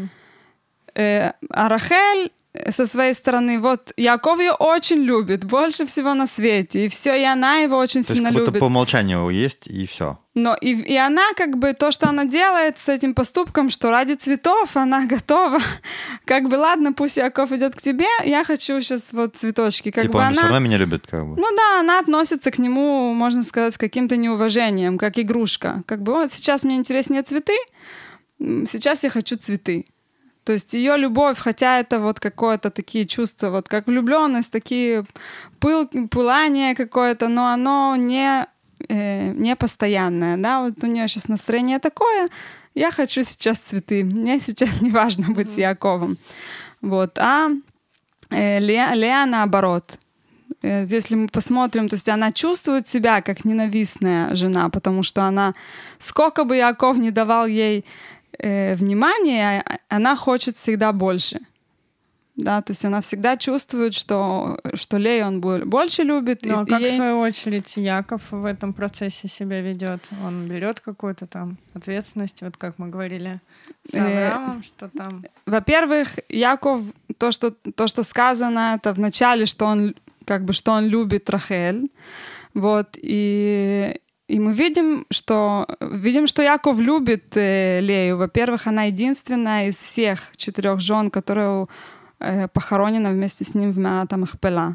Э, а Рахель со своей стороны, вот Иаков ее очень любит, больше всего на свете, и все, и она его очень То сильно есть как будто любит. по умолчанию есть, и все. Но и, и она как бы, то, что она делает с этим поступком, что ради цветов она готова, как бы, ладно, пусть Иаков идет к тебе, я хочу сейчас вот цветочки. Как типа бы он она... все равно меня любит, как бы. Ну да, она относится к нему, можно сказать, с каким-то неуважением, как игрушка. Как бы, вот сейчас мне интереснее цветы, сейчас я хочу цветы. То есть ее любовь, хотя это вот какое-то такие чувства, вот как влюбленность, такие пыл, пылание какое-то, но оно не, э, не постоянное, да, вот у нее сейчас настроение такое, я хочу сейчас цветы, мне сейчас не важно быть mm-hmm. с Иаковом, вот, а э, Леа, Леа наоборот. Э, если мы посмотрим, то есть она чувствует себя как ненавистная жена, потому что она, сколько бы Иаков не давал ей внимание, она хочет всегда больше. Да, то есть она всегда чувствует, что, что Лею он больше любит. Ну, и, а как, и ей... в свою очередь, Яков в этом процессе себя ведет? Он берет какую-то там ответственность, вот как мы говорили с Авраамом, что там... Во-первых, Яков, то что, то, что сказано, это в начале, что он, как бы, что он любит Рахель. Вот, и... И мы видим, что, видим, что Яков любит э, Лею. Во-первых, она единственная из всех четырех жен, которая э, похоронена вместе с ним в Меат ха-Махпела.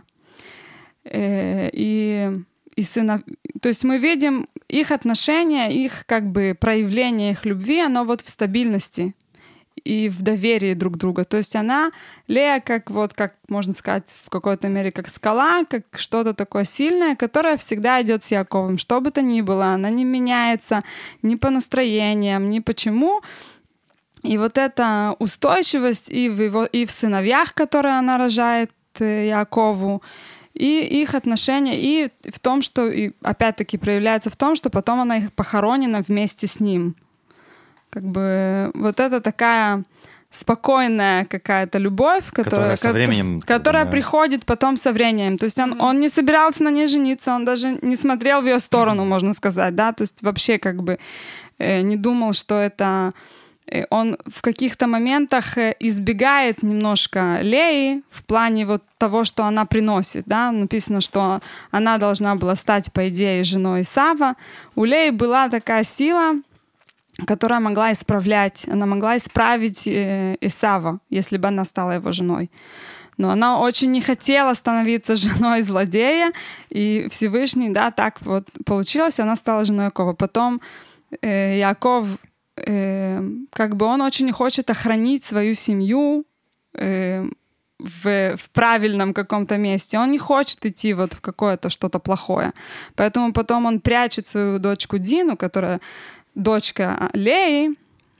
Э, и, и сына... То есть мы видим их отношения, их как бы проявление их любви, оно вот в стабильности и в доверии друг к другу. То есть она, Лея, как вот, как можно сказать, в какой-то мере, как скала, как что-то такое сильное, которое всегда идет с Яковом. Что бы то ни было, она не меняется ни по настроениям, ни почему. И вот эта устойчивость и в, его, и в сыновьях, которые она рожает Якову, и их отношения, и в том, что, и опять-таки, проявляется в том, что потом она их похоронена вместе с ним. Как бы вот это такая спокойная какая-то любовь, которая, которая со временем, которая да. приходит потом со временем. То есть он, он не собирался на ней жениться, он даже не смотрел в ее сторону, можно сказать, да, то есть вообще как бы э, не думал, что это... Э, он в каких-то моментах избегает немножко Леи в плане вот того, что она приносит, да, написано, что она должна была стать, по идее, женой Исава. У Леи была такая сила, которая могла исправлять, она могла исправить э, Исава, если бы она стала его женой. Но она очень не хотела становиться женой злодея, и Всевышний, да, так вот получилось, она стала женой Якова. Потом э, Яков, э, как бы он очень хочет охранить свою семью э, в, в правильном каком-то месте. Он не хочет идти вот в какое-то что-то плохое. Поэтому потом он прячет свою дочку Дину, которая дочка Леи,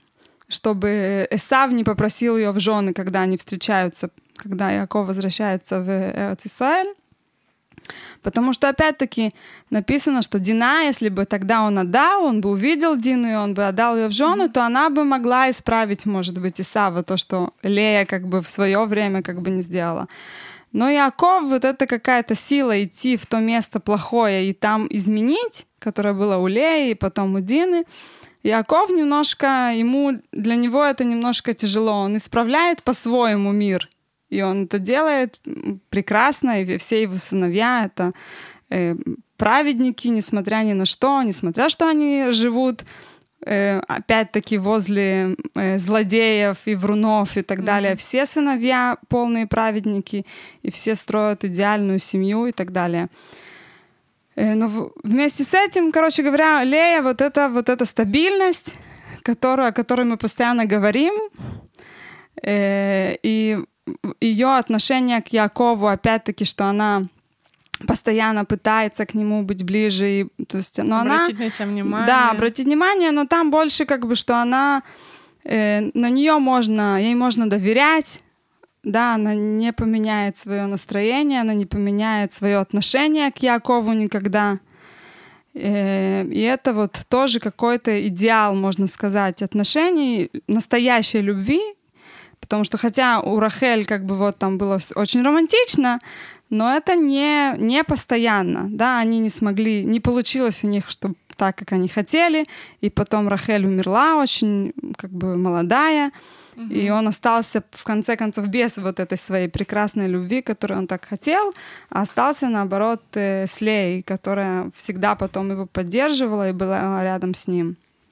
чтобы Эсав не попросил ее в жены, когда они встречаются, когда Иаков возвращается в Эрец-Исраэль. Потому что, опять-таки, написано, что Дина, если бы тогда он отдал, он бы увидел Дину, и он бы отдал ее в жены, mm-hmm. то она бы могла исправить, может быть, Исава, то, что Лея как бы в свое время как бы не сделала. Но Иаков, вот это какая-то сила идти в то место плохое и там изменить, которое было у Леи и потом у Дины. Иаков немножко, ему, для него это немножко тяжело. Он исправляет по-своему мир. И он это делает прекрасно, и все его сыновья — это э, праведники, несмотря ни на что, несмотря что они живут э, опять-таки возле э, злодеев и врунов и так mm-hmm. далее. Все сыновья полные праведники, и все строят идеальную семью и так далее. Э, но вместе с этим, короче говоря, Лея, вот эта вот эта стабильность, которую, о которой мы постоянно говорим, э, и ее отношение к Якову, опять-таки, что она постоянно пытается к нему быть ближе. И, то есть, но обратить она, на себя внимание. Да, обратить внимание, но там больше как бы, что она, э, на нее можно, ей можно доверять, да, она не поменяет свое настроение, она не поменяет свое отношение к Якову никогда. Э, и это вот тоже какой-то идеал, можно сказать, отношений, настоящей любви. Потому что хотя у Рахель как бы вот там было очень романтично, Но это не, не постоянно, да, они не смогли, не получилось у них, чтобы так, как они хотели, и потом Рахель умерла очень, как бы, молодая, mm-hmm. и он остался, в конце концов, без вот этой своей прекрасной любви, которую он так хотел, а остался, наоборот, с Леей, которая всегда потом его поддерживала и была рядом с ним.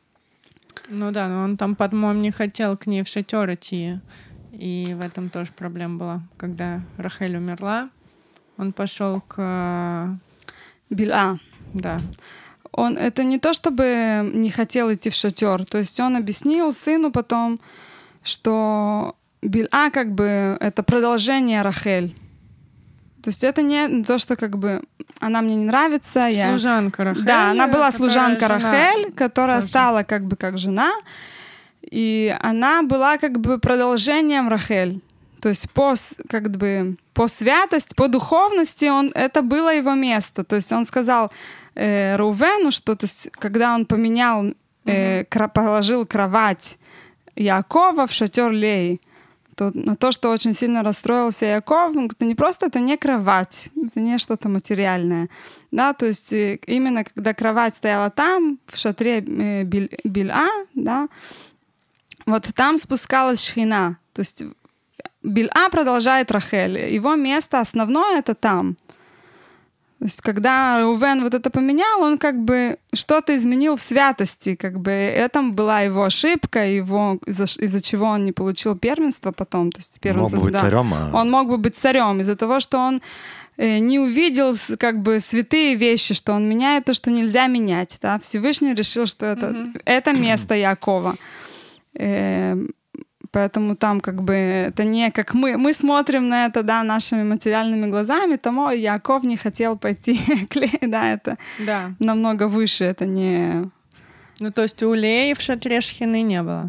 Ну да, но он там, по-моему, не хотел к ней в шатер идти, и в этом тоже проблема была. Когда Рахель умерла, он пошел к... Биля. Да. Он, это не то, чтобы не хотел идти в шатер. То есть он объяснил сыну потом, что Биля как бы это продолжение Рахель. То есть это не то, что как бы она мне не нравится. Служанка я... Рахель. Да, она была служанка Рахель, которая тоже. стала как бы как жена. И она была как бы продолжением Рахель. То есть по, как бы, по святости, по духовности он, это было его место. То есть он сказал э, Рувену, что то есть, когда он поменял, э, кра- положил кровать Яакова в шатер Леи, то, на то, что очень сильно расстроился Яаков, это не просто, это не кровать, это не что-то материальное. Да, то есть э, именно когда кровать стояла там, в шатре э, Биль, Биля, да, вот там спускалась Шхина. То есть Биля продолжает Рахель. Его место основное — это там. То есть когда Реувен вот это поменял, он как бы что-то изменил в святости. Как бы это была его ошибка, его, из-за, из-за чего он не получил первенство потом. То есть первенство, мог бы быть да. царем, а... Он мог бы быть царем из-за того, что он э, не увидел как бы святые вещи, что он меняет то, что нельзя менять. Да? Всевышний решил, что это, mm-hmm. это место Яакова. Э, Поэтому там как бы это не как мы. Мы смотрим на это, да, нашими материальными глазами, тому Яаков не хотел пойти к Лее, да, это да. намного выше, это не... Ну, то есть у Леи в шатре Шхины не было?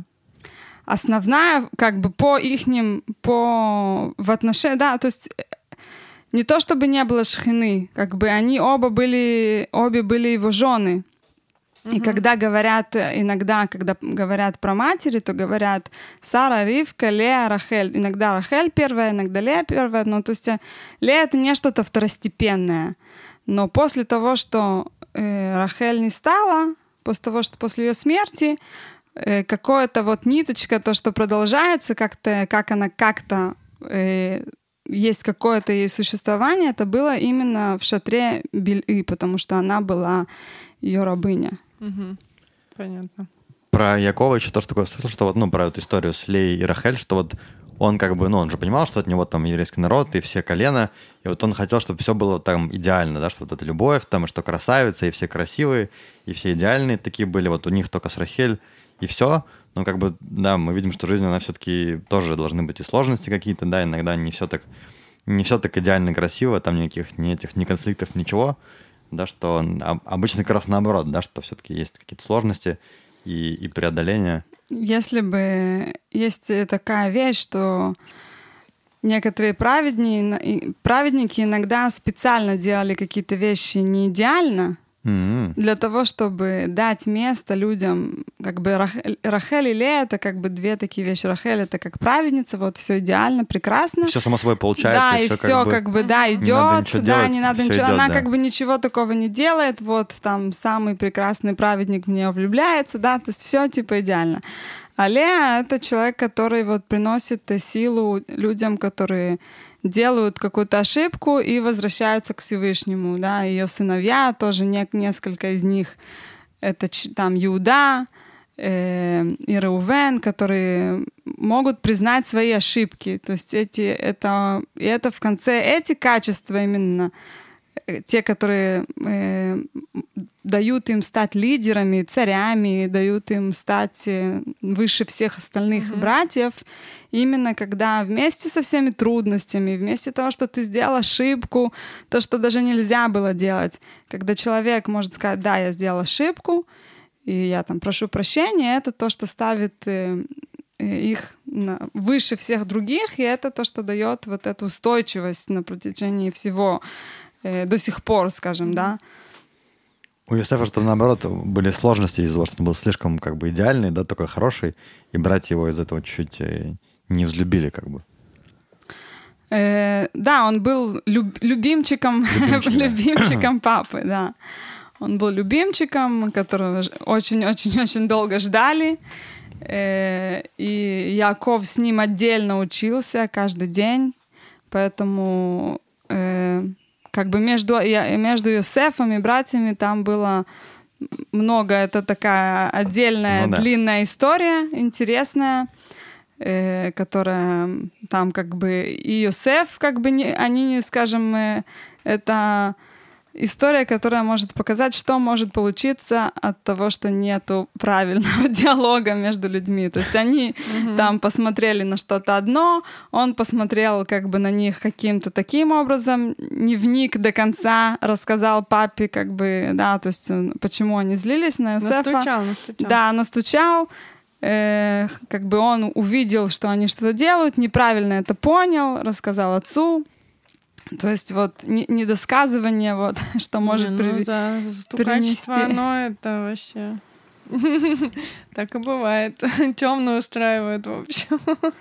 Основная, как бы по ихним, по... в отношении, да, то есть не то чтобы не было Шхины, как бы они оба были, обе были его жены. И uh-huh. когда говорят, иногда, когда говорят про матери, то говорят Сара, Ривка, Лея, Рахель. Иногда Рахель первая, иногда Лея первая. Ну, то есть Лея — это не что-то второстепенное. Но после того, что э, Рахель не стала, после того, что после ее смерти, э, какая-то вот ниточка, то, что продолжается, как-то, как она как-то... Э, есть какое-то ей существование, это было именно в шатре Бильи, потому что она была ее рабыня. Угу. Понятно. Про Яакова еще тоже такое слышал, что вот, ну, про эту историю с Леей и Рахель, что вот он как бы, ну, он же понимал, что от него там еврейский народ и все колена, и вот он хотел, чтобы все было там идеально, да, что вот эта любовь, там, и что красавица, и все красивые, и все идеальные такие были, вот у них только с Рахель, и все. Но как бы, да, мы видим, что жизнь, она все-таки тоже должны быть и сложности какие-то, да, иногда не все так, не все так идеально красиво, там никаких ни этих, ни конфликтов, ничего, да, что а, обычно как раз наоборот, да, что все-таки есть какие-то сложности и, и преодоления. Если бы есть такая вещь, что некоторые праведни, праведники иногда специально делали какие-то вещи не идеально, mm-hmm. для того, чтобы дать место людям, как бы Рахель, Рахель и Лея — это как бы две такие вещи. Рахель — это как праведница, вот все идеально, прекрасно. Все само собой получается. Да, и, и все как, как бы, да, идет, да, делать, не надо ничего. Идет, она да. как бы ничего такого не делает, вот там самый прекрасный праведник в нее влюбляется, да, то есть все типа идеально. А Лея — это человек, который вот приносит силу людям, которые делают какую-то ошибку и возвращаются к Всевышнему, да, ее сыновья тоже, не, несколько из них, это там Иуда э, и Реувен, которые могут признать свои ошибки, то есть эти, это, и это в конце, эти качества именно, те, которые э, дают им стать лидерами, царями, дают им стать выше всех остальных mm-hmm. братьев, именно когда вместе со всеми трудностями, вместе того, что ты сделал ошибку, то, что даже нельзя было делать, когда человек может сказать, да, я сделал ошибку, и я там прошу прощения, это то, что ставит э, их на, выше всех других, и это то, что дает вот эту устойчивость на протяжении всего до сих пор, скажем, да. У Йосефа, что наоборот, были сложности из-за того, что он был слишком как бы идеальный, да, такой хороший, и братья его из этого чуть-чуть не взлюбили, как бы. Э, да, он был люб- любимчиком, Любимчик, да. любимчиком папы, да. Он был любимчиком, которого ж- очень-очень-очень долго ждали. Э, и Яков с ним отдельно учился каждый день. Поэтому э, как бы между, я, между Йосефом и братьями там было много. Это такая отдельная Ну да. длинная история, интересная, э, которая там как бы и Йосеф, как бы не, они, не, скажем, э, это история, которая может показать, что может получиться от того, что нету правильного диалога между людьми. То есть они там посмотрели на что-то одно, он посмотрел как бы на них каким-то таким образом, не вник до конца, рассказал папе как бы, да, то есть почему они злились на Йосефа. Настучал, настучал. Да, настучал. Э, как бы он увидел, что они что-то делают, неправильно это понял, рассказал отцу. То есть вот не- недосказывание, вот, что может Не, ну, привести. за, за стукачество, принести. оно это вообще... Так и бывает. Темно устраивает, в общем.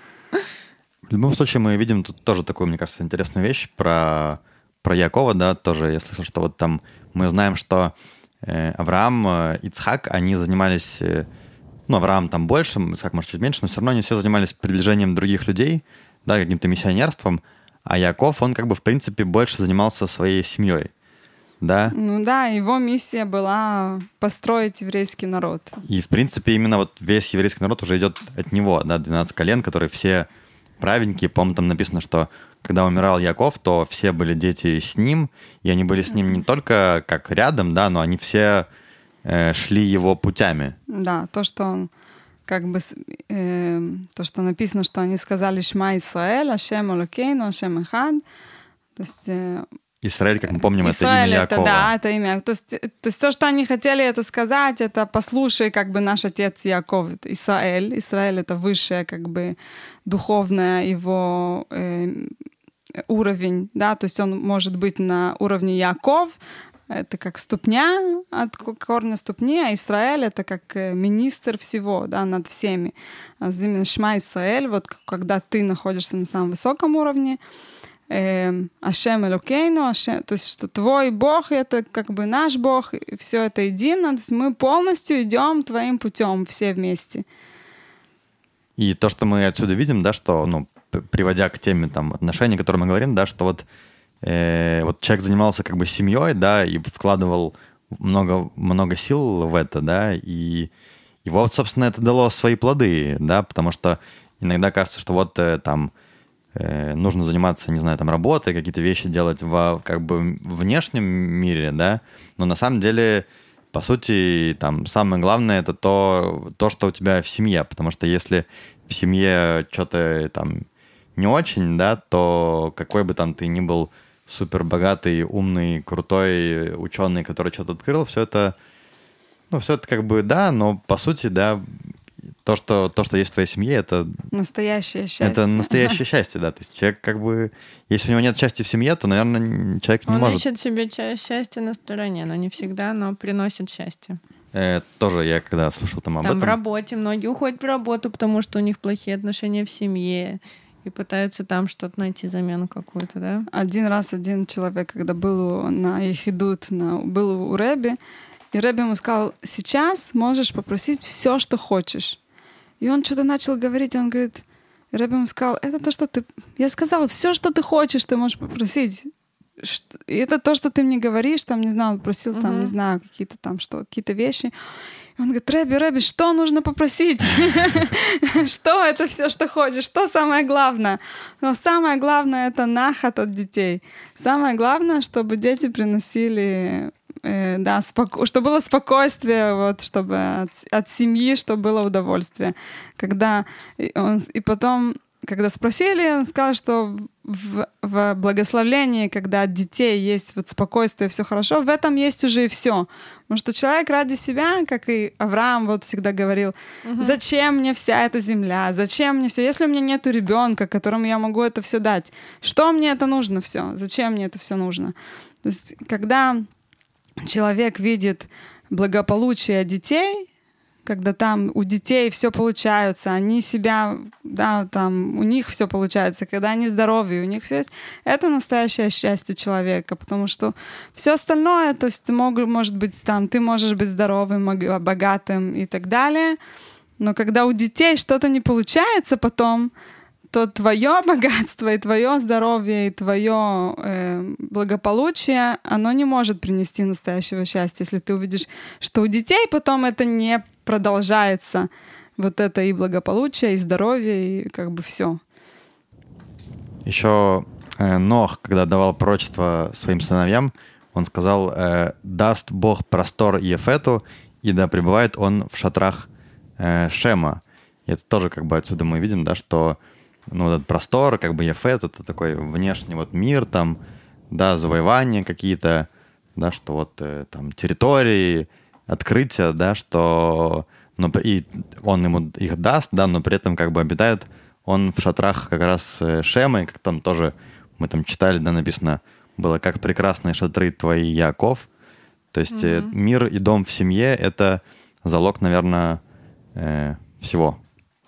В любом случае, мы видим тут тоже такую, мне кажется, интересную вещь про, про Якова, да, тоже, я слышал, что вот там мы знаем, что э, Авраам, э, Ицхак, они занимались, э, ну, Авраам там больше, Ицхак, может, чуть меньше, но все равно они все занимались приближением других людей, да, каким-то миссионерством, а Яков, он как бы, в принципе, больше занимался своей семьей, да. Ну да, его миссия была построить еврейский народ. И, в принципе, именно вот весь еврейский народ уже идет от него, да, двенадцать колен, которые все праведники. По-моему, там написано, что когда умирал Яков, то все были дети с ним, и они были с ним не только как рядом, да, но они все э, шли его путями. Да, то, что он как бы с- э, то, что написано, что они сказали «Шма Исраэль, Ашем Элокейну, Ашем Эхад». То есть э, Израиль, как мы помним, Исраэль это имя это, Якова. да, это имя. То есть, э, то есть то, что они хотели это сказать, это послушай, как бы наш отец Яков, это Исраэль. Израиль — это высшее, как бы духовное его э, уровень, да, то есть он может быть на уровне Яков, это как ступня от ко- корня ступни, а Израиль — это как э, министр всего, да, над всеми. А именно Шма Исраэль, вот к- когда ты находишься на самом высоком уровне, э, Ашем Элокейну, Ашем, то есть что твой Бог — это как бы наш Бог, и все это едино, то есть мы полностью идем твоим путем все вместе. И то, что мы отсюда видим, да, что, ну, п- приводя к теме там отношений, о которых мы говорим, да, что вот, э, вот человек занимался как бы семьей, да, и вкладывал много, много сил в это, да, и его, вот, собственно, это дало свои плоды, да, потому что иногда кажется, что вот э, там э, нужно заниматься, не знаю, там работой, какие-то вещи делать в как бы внешнем мире, да, но на самом деле, по сути, там самое главное это то, то, что у тебя в семье, потому что если в семье что-то там не очень, да, то какой бы там ты ни был супер богатый, умный, крутой ученый, который что-то открыл, все это, ну, все это как бы да, но по сути, да, то, что, то, что есть в твоей семье, это, Настоящее счастье. это настоящее счастье, да, то есть человек как бы, если у него нет счастья в семье, то, наверное, человек не Он может. ищет себе ча- счастье на стороне, но не всегда, но приносит счастье. Э, тоже я когда слушал там об Там в этом. работе многие уходят в работу, потому что у них плохие отношения в семье, и пытаются там что-то найти, замену какую-то, да? Один раз один человек, когда был у- на их идут, на, был у Рэби, и Рэби ему сказал: сейчас можешь попросить все, что хочешь. И он что-то начал говорить, и он говорит, Рэби ему сказал: это то, что ты... Я сказал, все, что ты хочешь, ты можешь попросить. Что- И это то, что ты мне говоришь, там, не знаю, он просил, там, Мгм. не знаю, какие-то там, что, какие-то вещи. И он говорит: Рэби, Рэби, что нужно попросить? Что это все, что хочешь? Что самое главное? Но самое главное — это нахат от детей. Самое главное, чтобы дети приносили, э, да, споко- чтобы было спокойствие, вот, чтобы от, от семьи, чтобы было удовольствие. Когда и, он, и потом, когда спросили, он сказал, что в, в благословлении, когда от детей есть вот спокойствие, все хорошо, в этом есть уже и все. Потому что человек ради себя, как и Авраам вот всегда говорил, зачем мне вся эта земля, зачем мне все, если у меня нету ребенка, которому я могу это все дать, что мне это нужно все, зачем мне это все нужно? То есть, когда человек видит благополучие детей, когда там у детей все получается, они себя, да, там, у них все получается, когда они здоровы, у них все есть, это настоящее счастье человека, потому что все остальное, то есть ты мог, может быть, там, ты можешь быть здоровым, богатым и так далее, но когда у детей что-то не получается потом, то твое богатство и твое здоровье и твое э, благополучие, оно не может принести настоящего счастья. Если ты увидишь, что у детей потом это не продолжается, вот это и благополучие, и здоровье, и как бы все. Еще э, Нох, когда давал пророчество своим сыновьям, он сказал: э, «Даст Бог простор Ефету, и да пребывает он в шатрах э, Шема». И это тоже как бы отсюда мы видим, да, что ну, этот простор, как бы Ефет, это такой внешний вот мир, там, да, завоевания какие-то, да, что вот э, там территории, открытия, да, что но, и он ему их даст, да, но при этом как бы обитает он в шатрах как раз Шема, и как там тоже мы там читали, да, написано было: «Как прекрасные шатры твои, Яков». То есть mm-hmm. мир и дом в семье — это залог, наверное, э, всего.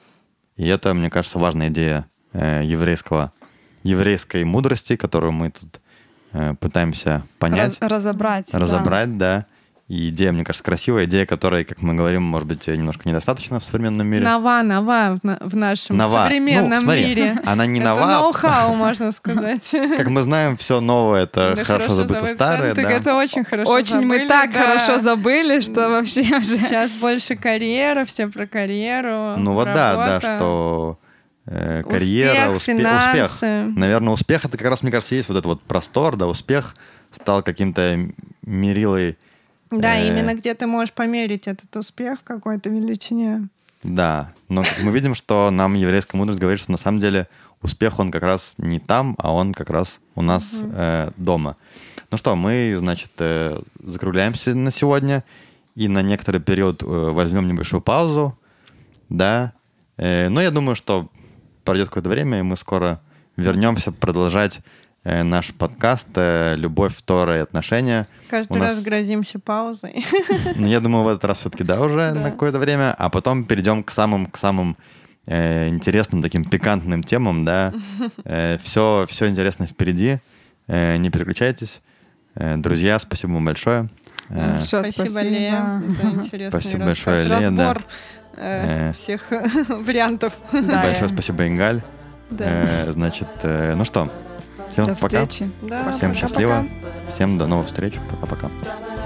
И это, мне кажется, важная идея э, еврейского, еврейской мудрости, которую мы тут э, пытаемся понять. Раз, разобрать. Разобрать, да. да. И идея, мне кажется, красивая. Идея, которой, как мы говорим, может быть, немножко недостаточно в современном мире. Нова, нова в нашем нова. современном ну, смотри, мире. Она не это нова. Это ноу-хау, можно сказать. Как мы знаем, все новое — это хорошо забыто старое. Так это очень хорошо Очень мы так хорошо забыли, что вообще уже... Сейчас больше карьера, все про карьеру, Ну вот да, да, что карьера, успех, финансы. Наверное, успех — это как раз, мне кажется, есть вот этот вот простор, да, успех стал каким-то мерилой. Да, э... именно где ты можешь померить этот успех в какой-то величине. Да, но мы видим, что нам еврейская мудрость говорит, что на самом деле успех, он как раз не там, а он как раз у нас uh-huh. э, дома. Ну что, мы, значит, э, закругляемся на сегодня и на некоторый период э, возьмем небольшую паузу, да. Э, но я думаю, что пройдет какое-то время, и мы скоро вернемся продолжать наш подкаст «Любовь, Тора и отношения». Каждый нас... раз грозимся паузой. Ну, я думаю, в этот раз все-таки, да, уже да. на какое-то время. А потом перейдем к самым, к самым э, интересным, таким пикантным темам, да. Э, все, все интересно впереди. Э, не переключайтесь. Э, друзья, спасибо вам большое. Э, большое спасибо, спасибо, Лея, за интересный спасибо рассказ. большое, Лея, разбор да. э, всех вариантов. Да, большое спасибо, Ингаль. Да. Э, значит, э, ну что, всем до пока. встречи. Да, всем пока, счастливо. пока. Всем до новых встреч. Пока-пока.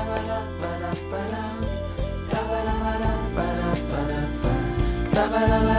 Ba ba ba